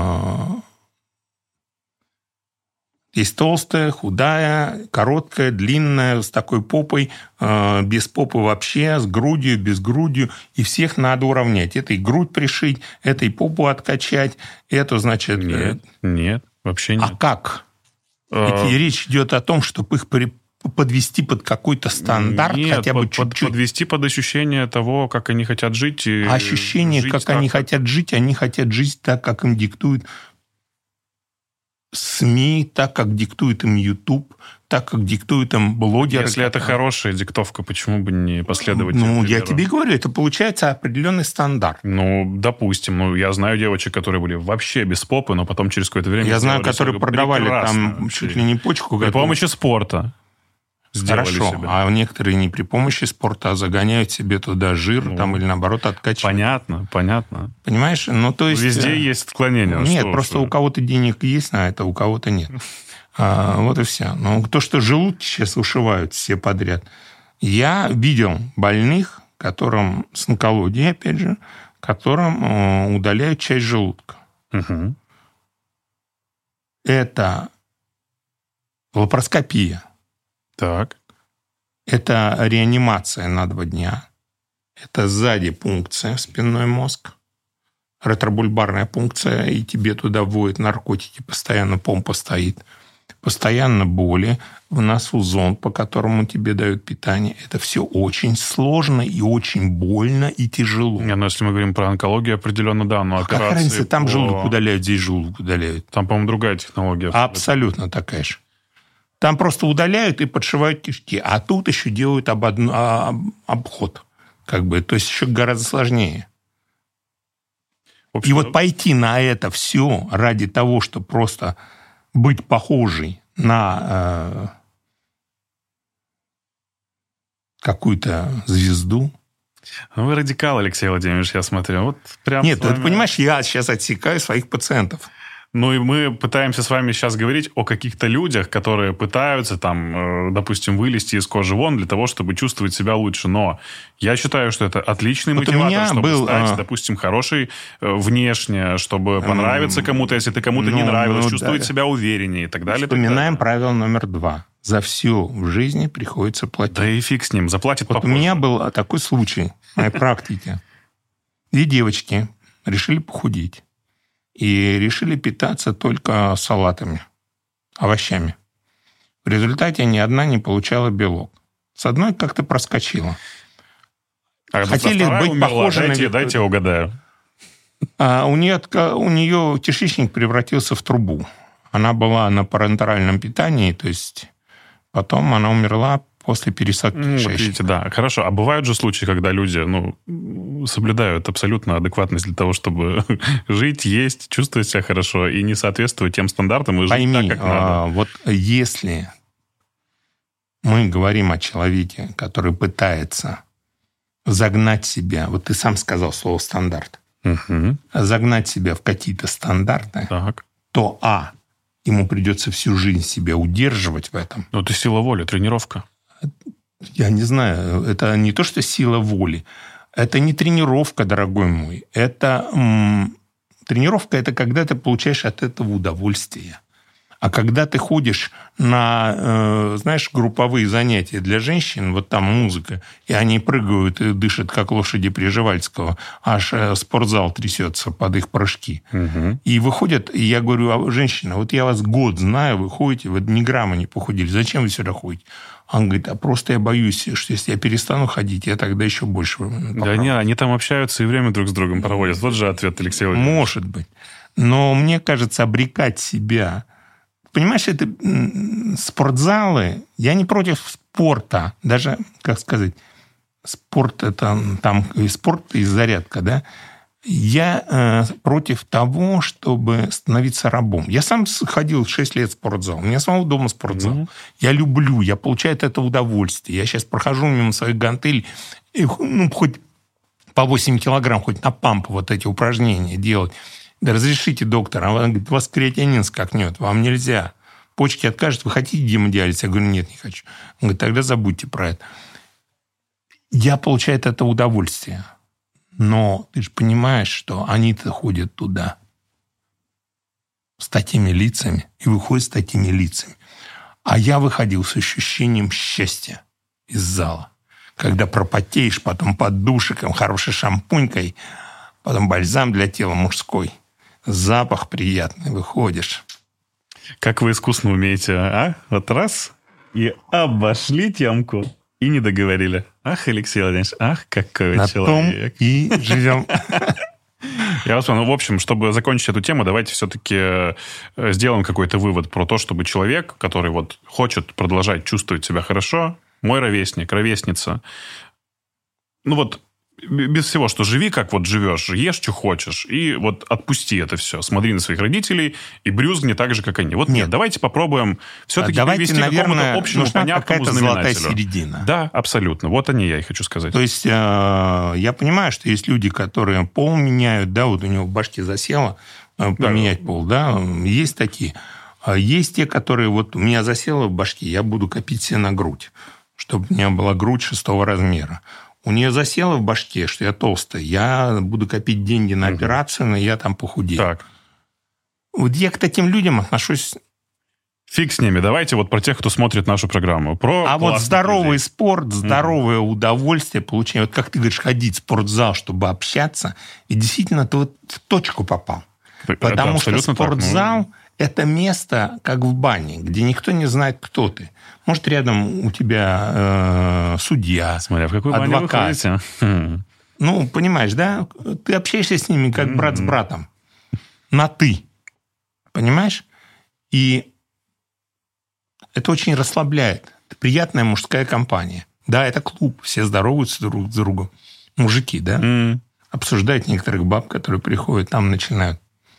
есть толстая, худая, короткая, длинная, с такой попой, без попы вообще, с грудью, без грудью. И всех надо уравнять. Этой грудь пришить, этой попу откачать, эту, значит... Нет, нет, вообще нет. А как? Ведь речь идет о том, чтобы их при подвести под какой-то стандарт, Нет, хотя бы под, чуть-чуть. Подвести под ощущение того, как они хотят жить. И ощущение, жить как так, они как... хотят жить, они хотят жить так, как им диктуют СМИ, так, как диктует им YouTube, так, как диктует им блогеры. Если это хорошая диктовка, почему бы не последовать? Ну, я тебе говорю, это получается определенный стандарт. Ну, допустим. Ну, я знаю девочек, которые были вообще без попы, но потом через какое-то время... Я знаю, которые продавали там чуть ли не почку. При помощи спорта. Хорошо, себя. А некоторые не при помощи спорта, а загоняют себе туда жир, ну, там, или наоборот откачивают. Понятно, понятно. Понимаешь? Ну, то есть... Везде есть отклонения. Нет, что, просто что? у кого-то денег есть на это, у кого-то нет. а, вот и все. Но то, что желудки сейчас ушивают все подряд. Я видел больных, которым с онкологией, опять же, которым удаляют часть желудка. Угу. Это Лапароскопия. Так. Это реанимация на два дня. Это сзади пункция, спинной мозг. Ретробульбарная пункция, и тебе туда вводят наркотики, постоянно помпа стоит. Постоянно боли, в носу зонд, по которому тебе дают питание. Это все очень сложно и очень больно и тяжело. Не, ну, если мы говорим про онкологию, определенно, да, но а операции... Какая разница, там по... желудок удаляют, здесь желудок удаляют. Там, по-моему, другая технология. Абсолютно, абсолютно такая же. Там просто удаляют и подшивают кишки, а тут еще делают об одну, об, обход. Как бы, то есть еще гораздо сложнее. Общем, и вот пойти на это все ради того, чтобы просто быть похожей на э, какую-то звезду. Ну, вы радикал, Алексей Владимирович, я смотрю. Вот прям Нет, вами... ты понимаешь, я сейчас отсекаю своих пациентов. Ну, и мы пытаемся с вами сейчас говорить о каких-то людях, которые пытаются, там, допустим, вылезти из кожи вон для того, чтобы чувствовать себя лучше. Но я считаю, что это отличный вот мотиватор, чтобы был, стать, а... допустим, хорошей внешне, чтобы понравиться кому-то, если ты кому-то ну, не нравилось, ну, чувствовать да. себя увереннее и так далее. Вспоминаем правило номер два. За все в жизни приходится платить. Да и фиг с ним, заплатит вот попозже. У меня был такой случай в моей практике. Две девочки решили похудеть. И решили питаться только салатами, овощами. В результате ни одна не получала белок. С одной как-то проскочила. А хотели быть умерла. похожи дайте, на... Дайте угадаю. А у, нее, у нее кишечник превратился в трубу. Она была на парентеральном питании, то есть потом она умерла после пересадки ну, кишечника. Видите, да, хорошо. А бывают же случаи, когда люди ну, соблюдают абсолютно адекватность для того, чтобы жить, есть, чувствовать себя хорошо и не соответствовать тем стандартам и Пойми, жить так, как надо. А, вот если мы говорим о человеке, который пытается загнать себя, вот ты сам сказал слово «стандарт», угу. загнать себя в какие-то стандарты, так. то а, ему придется всю жизнь себя удерживать в этом. Ну, это сила воли, тренировка. Я не знаю, это не то, что сила воли. Это не тренировка, дорогой мой. Это м- тренировка – это когда ты получаешь от этого удовольствие. А когда ты ходишь на, э, знаешь, групповые занятия для женщин, вот там музыка, и они прыгают и дышат, как лошади Приживальского, аж э, спортзал трясется под их прыжки. Угу. И выходят, и я говорю, женщина, вот я вас год знаю, вы ходите, вы ни грамма не похудели, зачем вы сюда ходите? Он говорит, а просто я боюсь, что если я перестану ходить, я тогда еще больше поправлю. Да не, они там общаются и время друг с другом проводят. Вот же ответ, Алексей Владимирович. Может быть. Но мне кажется, обрекать себя... Понимаешь, это спортзалы... Я не против спорта. Даже, как сказать, спорт – это там и спорт, и зарядка, да? Я э, против того, чтобы становиться рабом. Я сам ходил шесть лет в спортзал. У меня самого дома спортзал. Mm-hmm. Я люблю, я получаю от этого удовольствие. Я сейчас прохожу мимо своих гантелей, и, ну, хоть по восемь килограмм, хоть на памп вот эти упражнения делать. Да разрешите, доктор, а он говорит, у вас креатинин скакнет, вам нельзя. Почки откажут, вы хотите гемодиализ? Я говорю, нет, не хочу. Он говорит, тогда забудьте про это. Я получаю от этого удовольствие. Но ты же понимаешь, что они-то ходят туда с такими лицами и выходят с такими лицами. А я выходил с ощущением счастья из зала. Когда пропотеешь, потом под душиком, хорошей шампунькой, потом бальзам для тела мужской. Запах приятный, выходишь. Как вы искусно умеете, а? Вот раз и обошли темку. И не договорили. Ах, Алексей Владимирович, ах, какой На человек. том и живем. Я вас понял. Ну, в общем, чтобы закончить эту тему, давайте все-таки сделаем какой-то вывод про то, чтобы человек, который вот хочет продолжать чувствовать себя хорошо, мой ровесник, ровесница, ну вот без всего, что живи, как вот живешь, ешь, что хочешь, и вот отпусти это все. Смотри на своих родителей и брюзгни так же, как они. Вот нет, нет давайте попробуем все-таки давайте, привести наверное, к какому-то общему понятному знаменателю. Золотая середина. Да, абсолютно. Вот о ней я и хочу сказать. То есть я понимаю, что есть люди, которые пол меняют, да, вот у него в башке засело, поменять да. пол, да, есть такие. Есть те, которые вот у меня засело в башке, я буду копить себе на грудь, чтобы у меня была грудь шестого размера. У нее засело в башке, что я толстый. Я буду копить деньги на операцию, но я там похудею. Так. Вот я к таким людям отношусь Фиг с ними. Давайте вот про тех, кто смотрит нашу программу. Про а вот здоровый людей. спорт, здоровое mm-hmm. удовольствие, получение. Вот как ты говоришь, ходить в спортзал, чтобы общаться, и действительно ты вот в точку попал. Это Потому что спортзал так, ну... – это место, как в бане, где никто не знает, кто ты. Может, рядом у тебя э, судья, Смотря в какую баню вы ходите. Ну, понимаешь, да? Ты общаешься с ними, как mm-hmm. брат с братом. На «ты». Понимаешь? И это очень расслабляет. Это приятная мужская компания. Да, это клуб. Все здороваются друг с другом. Мужики, да? Mm. Обсуждают некоторых баб, которые приходят, там начинают.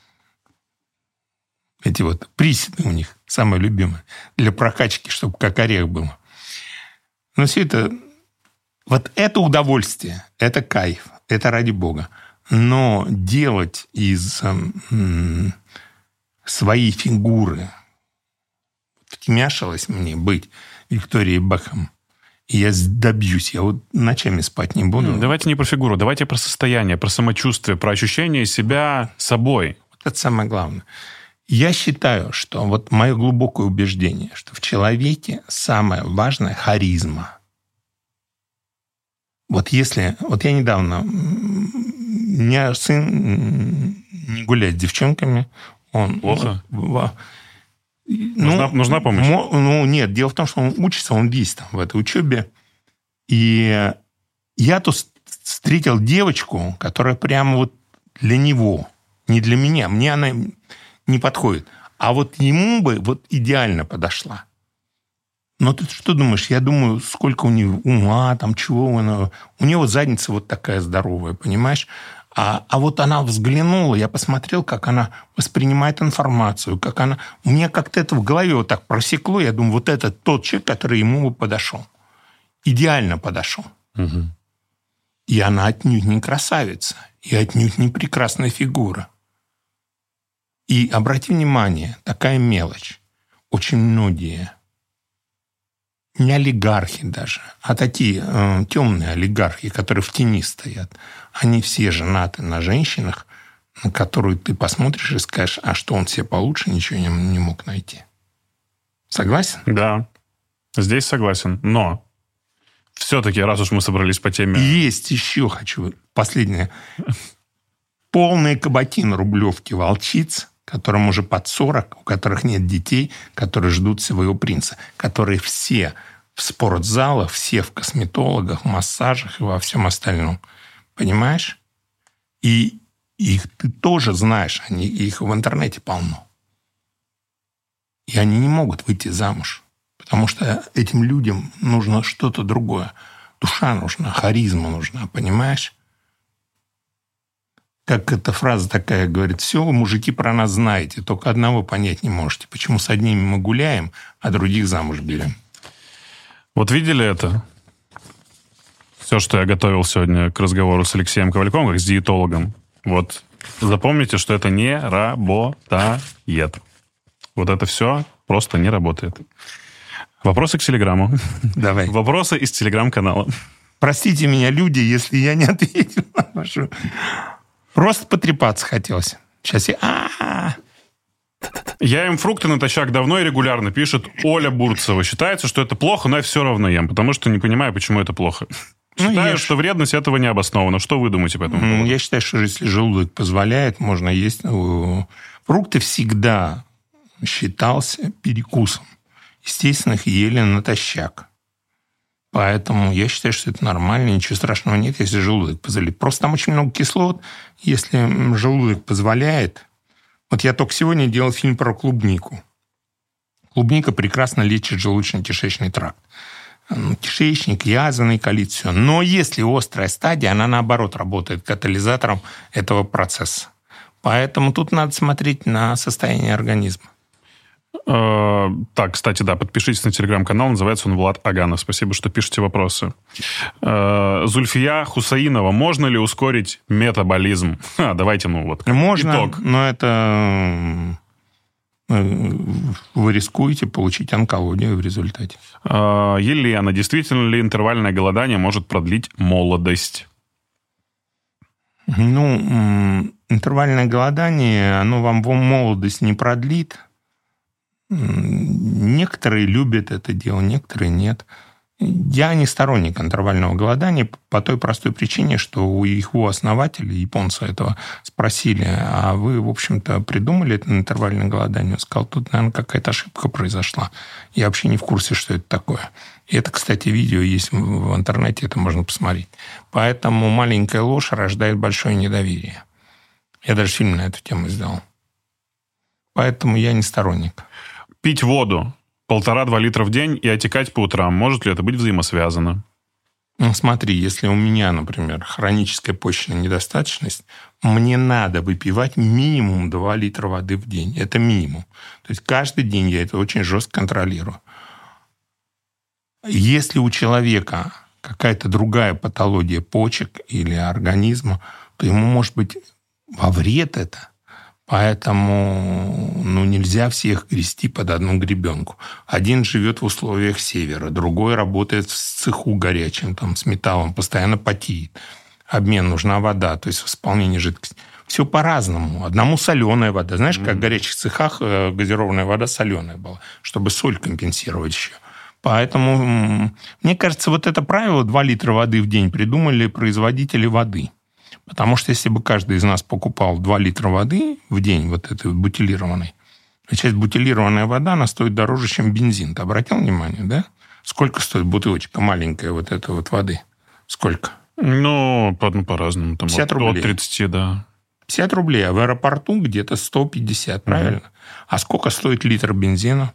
Эти вот приседы у них, самое любимое. Для прокачки, чтобы как орех было. Но все это... Вот это удовольствие, это кайф, это ради Бога. Но делать из м- своей фигуры... Втемяшилось мне быть Викторией Бекхэм. И я добьюсь. Я вот ночами спать не буду. Давайте не про фигуру. Давайте про состояние, про самочувствие, про ощущение себя собой. Вот это самое главное. Я считаю, что вот мое глубокое убеждение, что в человеке самое важное – харизма. Вот если... Вот я недавно... У меня сын не гуляет с девчонками. Он... Плохо? Ну, нужна, нужна помощь? Ну, нет. Дело в том, что он учится, он весь там в этой учебе. И я тут встретил девочку, которая прямо вот для него, не для меня. Мне она не подходит. А вот ему бы вот идеально подошла. Но ты что думаешь? Я думаю, сколько у нее ума, там, чего она... У нее вот задница вот такая здоровая, понимаешь? А, а вот она взглянула, я посмотрел, как она воспринимает информацию, как она... У меня как-то это в голове вот так просекло. Я думаю, вот это тот человек, который ему бы подошел. Идеально подошел. Угу. И она отнюдь не красавица, и отнюдь не прекрасная фигура. И обрати внимание, такая мелочь. Очень многие, не олигархи даже, а такие э, темные олигархи, которые в тени стоят, они все женаты на женщинах, на которую ты посмотришь и скажешь, а что он себе получше ничего не, не мог найти. Согласен? Да, здесь согласен. Но все-таки, раз уж мы собрались по теме... Есть еще, хочу, последнее. Полные кабаки на Рублевке волчиц, которым уже под сорок, у которых нет детей, которые ждут своего принца, которые все в спортзалах, все в косметологах, массажах и во всем остальном. Понимаешь? И их ты тоже знаешь, они, их в интернете полно. И они не могут выйти замуж, потому что этим людям нужно что-то другое. Душа нужна, харизма нужна, понимаешь? Как эта фраза такая говорит, все, вы, мужики, про нас знаете, только одного понять не можете. Почему с одними мы гуляем, а других замуж берем? Вот видели это? Все, что я готовил сегодня к разговору с Алексеем Ковальковым, как с диетологом. Вот запомните, что это не работает. Вот это все просто не работает. Вопросы к Телеграму. Давай. Вопросы из Телеграм-канала. Простите меня, люди, если я не ответил на вашу... Просто потрепаться хотелось. Сейчас я... А-а-а. Я ем фрукты натощак давно и регулярно, пишет Оля Бурцева. Считается, что это плохо, но я все равно ем, потому что не понимаю, почему это плохо. Ну, считаю, ешь. Что вредность этого не обоснована. Что вы думаете по этому поводу? Я считаю, что если желудок позволяет, можно есть. Фрукты всегда считался перекусом. Естественно, их ели натощак. Поэтому я считаю, что это нормально, ничего страшного нет, если желудок позволяет. Просто там очень много кислот. Если желудок позволяет... Вот я только сегодня делал фильм про клубнику. Клубника прекрасно лечит желудочно-кишечный тракт. Кишечник, язвенный колит, все. Но если острая стадия, она, наоборот, работает катализатором этого процесса. Поэтому тут надо смотреть на состояние организма. Так, кстати, да, подпишитесь на телеграм-канал, называется он Влад Аганов. Спасибо, что пишете вопросы. Зульфия Хусаинова. Можно ли ускорить метаболизм? А, давайте, ну вот, можно, итог. Но это вы рискуете получить онкологию в результате. Елена. Действительно ли интервальное голодание может продлить молодость? Ну, интервальное голодание, оно вам молодость не продлит. Некоторые любят это дело, некоторые нет. Я не сторонник интервального голодания по той простой причине, что у его основателя, японца этого, спросили, а вы, в общем-то, придумали это интервальное голодание? Он сказал, тут, наверное, какая-то ошибка произошла. Я вообще не в курсе, что это такое. И это, кстати, видео есть в интернете, это можно посмотреть. Поэтому маленькая ложь рождает большое недоверие. Я даже фильм на эту тему сделал. Поэтому я не сторонник. Пить воду полтора-два литра в день и отекать по утрам. Может ли это быть взаимосвязано? Ну, смотри, если у меня, например, хроническая почечная недостаточность, мне надо выпивать минимум два литра воды в день. Это минимум. То есть каждый день я это очень жестко контролирую. Если у человека какая-то другая патология почек или организма, то ему может быть во вред это. Поэтому ну, нельзя всех грести под одну гребенку. Один живет в условиях севера, другой работает в цеху горячем, там, с металлом, постоянно потеет. Обмен, нужна вода, то есть восполнение жидкости. Все по-разному. Одному соленая вода. Знаешь, как в горячих цехах газированная вода соленая была, чтобы соль компенсировать еще. Поэтому, мне кажется, вот это правило два литра воды в день придумали производители воды. Потому что если бы каждый из нас покупал два литра воды в день, вот этой бутилированной, сейчас бутилированная вода, она стоит дороже, чем бензин. Ты обратил внимание, да? Сколько стоит бутылочка маленькая вот этой вот воды? Сколько? Ну, по, ну по-разному. Там пятьдесят от, рублей. От тридцати, да. пятьдесят рублей, а в аэропорту где-то сто пятьдесят, правильно? Угу. А сколько стоит литр бензина?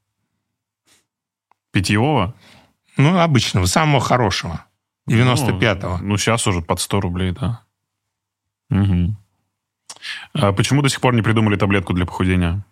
Питьевого? Ну, обычного, самого хорошего. девяносто пятого. Ну, ну, сейчас уже под сто рублей, да. Угу. А почему до сих пор не придумали таблетку для похудения?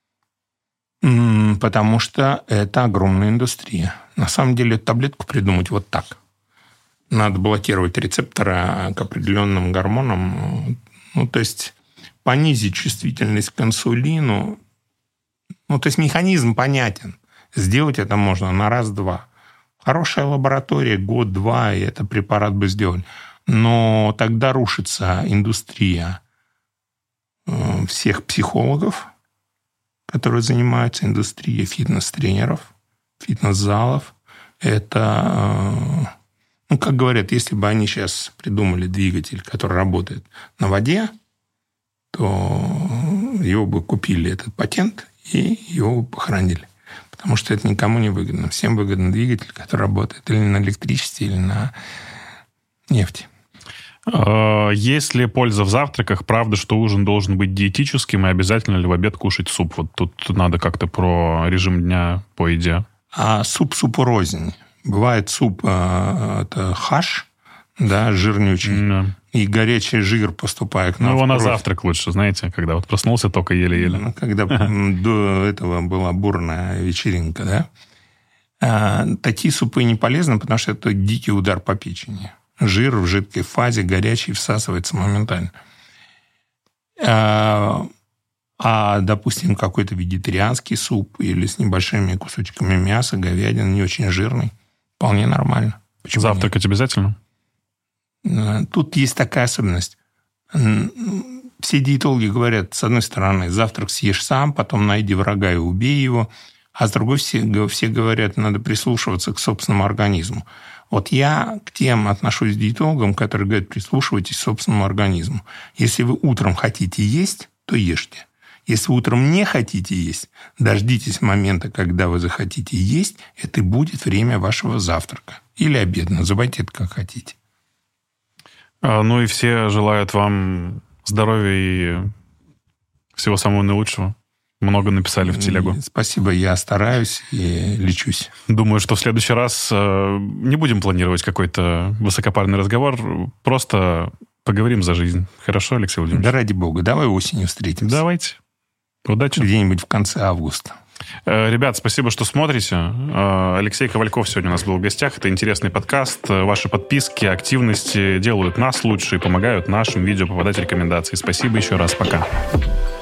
Потому что это огромная индустрия. На самом деле таблетку придумать вот так. Надо блокировать рецепторы к определенным гормонам. Ну, то есть понизить чувствительность к инсулину. Ну, то есть механизм понятен. Сделать это можно на раз-два. Хорошая лаборатория, год-два, и этот препарат бы сделали. Но тогда рушится индустрия всех психологов, которые занимаются, индустрией фитнес-тренеров, фитнес-залов. Это, ну, как говорят, если бы они сейчас придумали двигатель, который работает на воде, то его бы купили, этот патент, и его бы похоронили. Потому что это никому не выгодно. Всем выгоден двигатель, который работает или на электричестве, или на нефти. Есть ли польза в завтраках? Правда, что ужин должен быть диетическим, и обязательно ли в обед кушать суп? Вот тут надо как-то про режим дня по еде. А суп супу рознь. Бывает суп, это хаш, да, жирнючий, да. И горячий жир поступает к нам. Ну, его на завтрак лучше, знаете, когда вот проснулся только еле-еле. Ну, когда до этого была бурная вечеринка, да. А такие супы не полезны, потому что это дикий удар по печени. Жир в жидкой фазе, горячий, всасывается моментально. А, а, допустим, какой-то вегетарианский суп или с небольшими кусочками мяса, говядины, не очень жирный, вполне нормально. Почему завтракать нет? Обязательно? Тут есть такая особенность. Все диетологи говорят, с одной стороны, завтрак съешь сам, потом найди врага и убей его, а с другой все, все говорят, надо прислушиваться к собственному организму. Вот я к тем отношусь диетологам, которые говорят, прислушивайтесь к собственному организму. Если вы утром хотите есть, то ешьте. Если вы утром не хотите есть, дождитесь момента, когда вы захотите есть, это и будет время вашего завтрака. Или обеда, называйте это как хотите. Ну и все желают вам здоровья и всего самого наилучшего. Много написали в телегу. Спасибо, я стараюсь и лечусь. Думаю, что в следующий раз не будем планировать какой-то высокопарный разговор, просто поговорим за жизнь. Хорошо, Алексей Владимирович? Да ради бога, давай осенью встретимся. Давайте. Удачи. Где-нибудь в конце августа. Ребят, спасибо, что смотрите. Алексей Ковальков сегодня у нас был в гостях. Это интересный подкаст. Ваши подписки, активности делают нас лучше и помогают нашим видео попадать в рекомендации. Спасибо еще раз. Пока.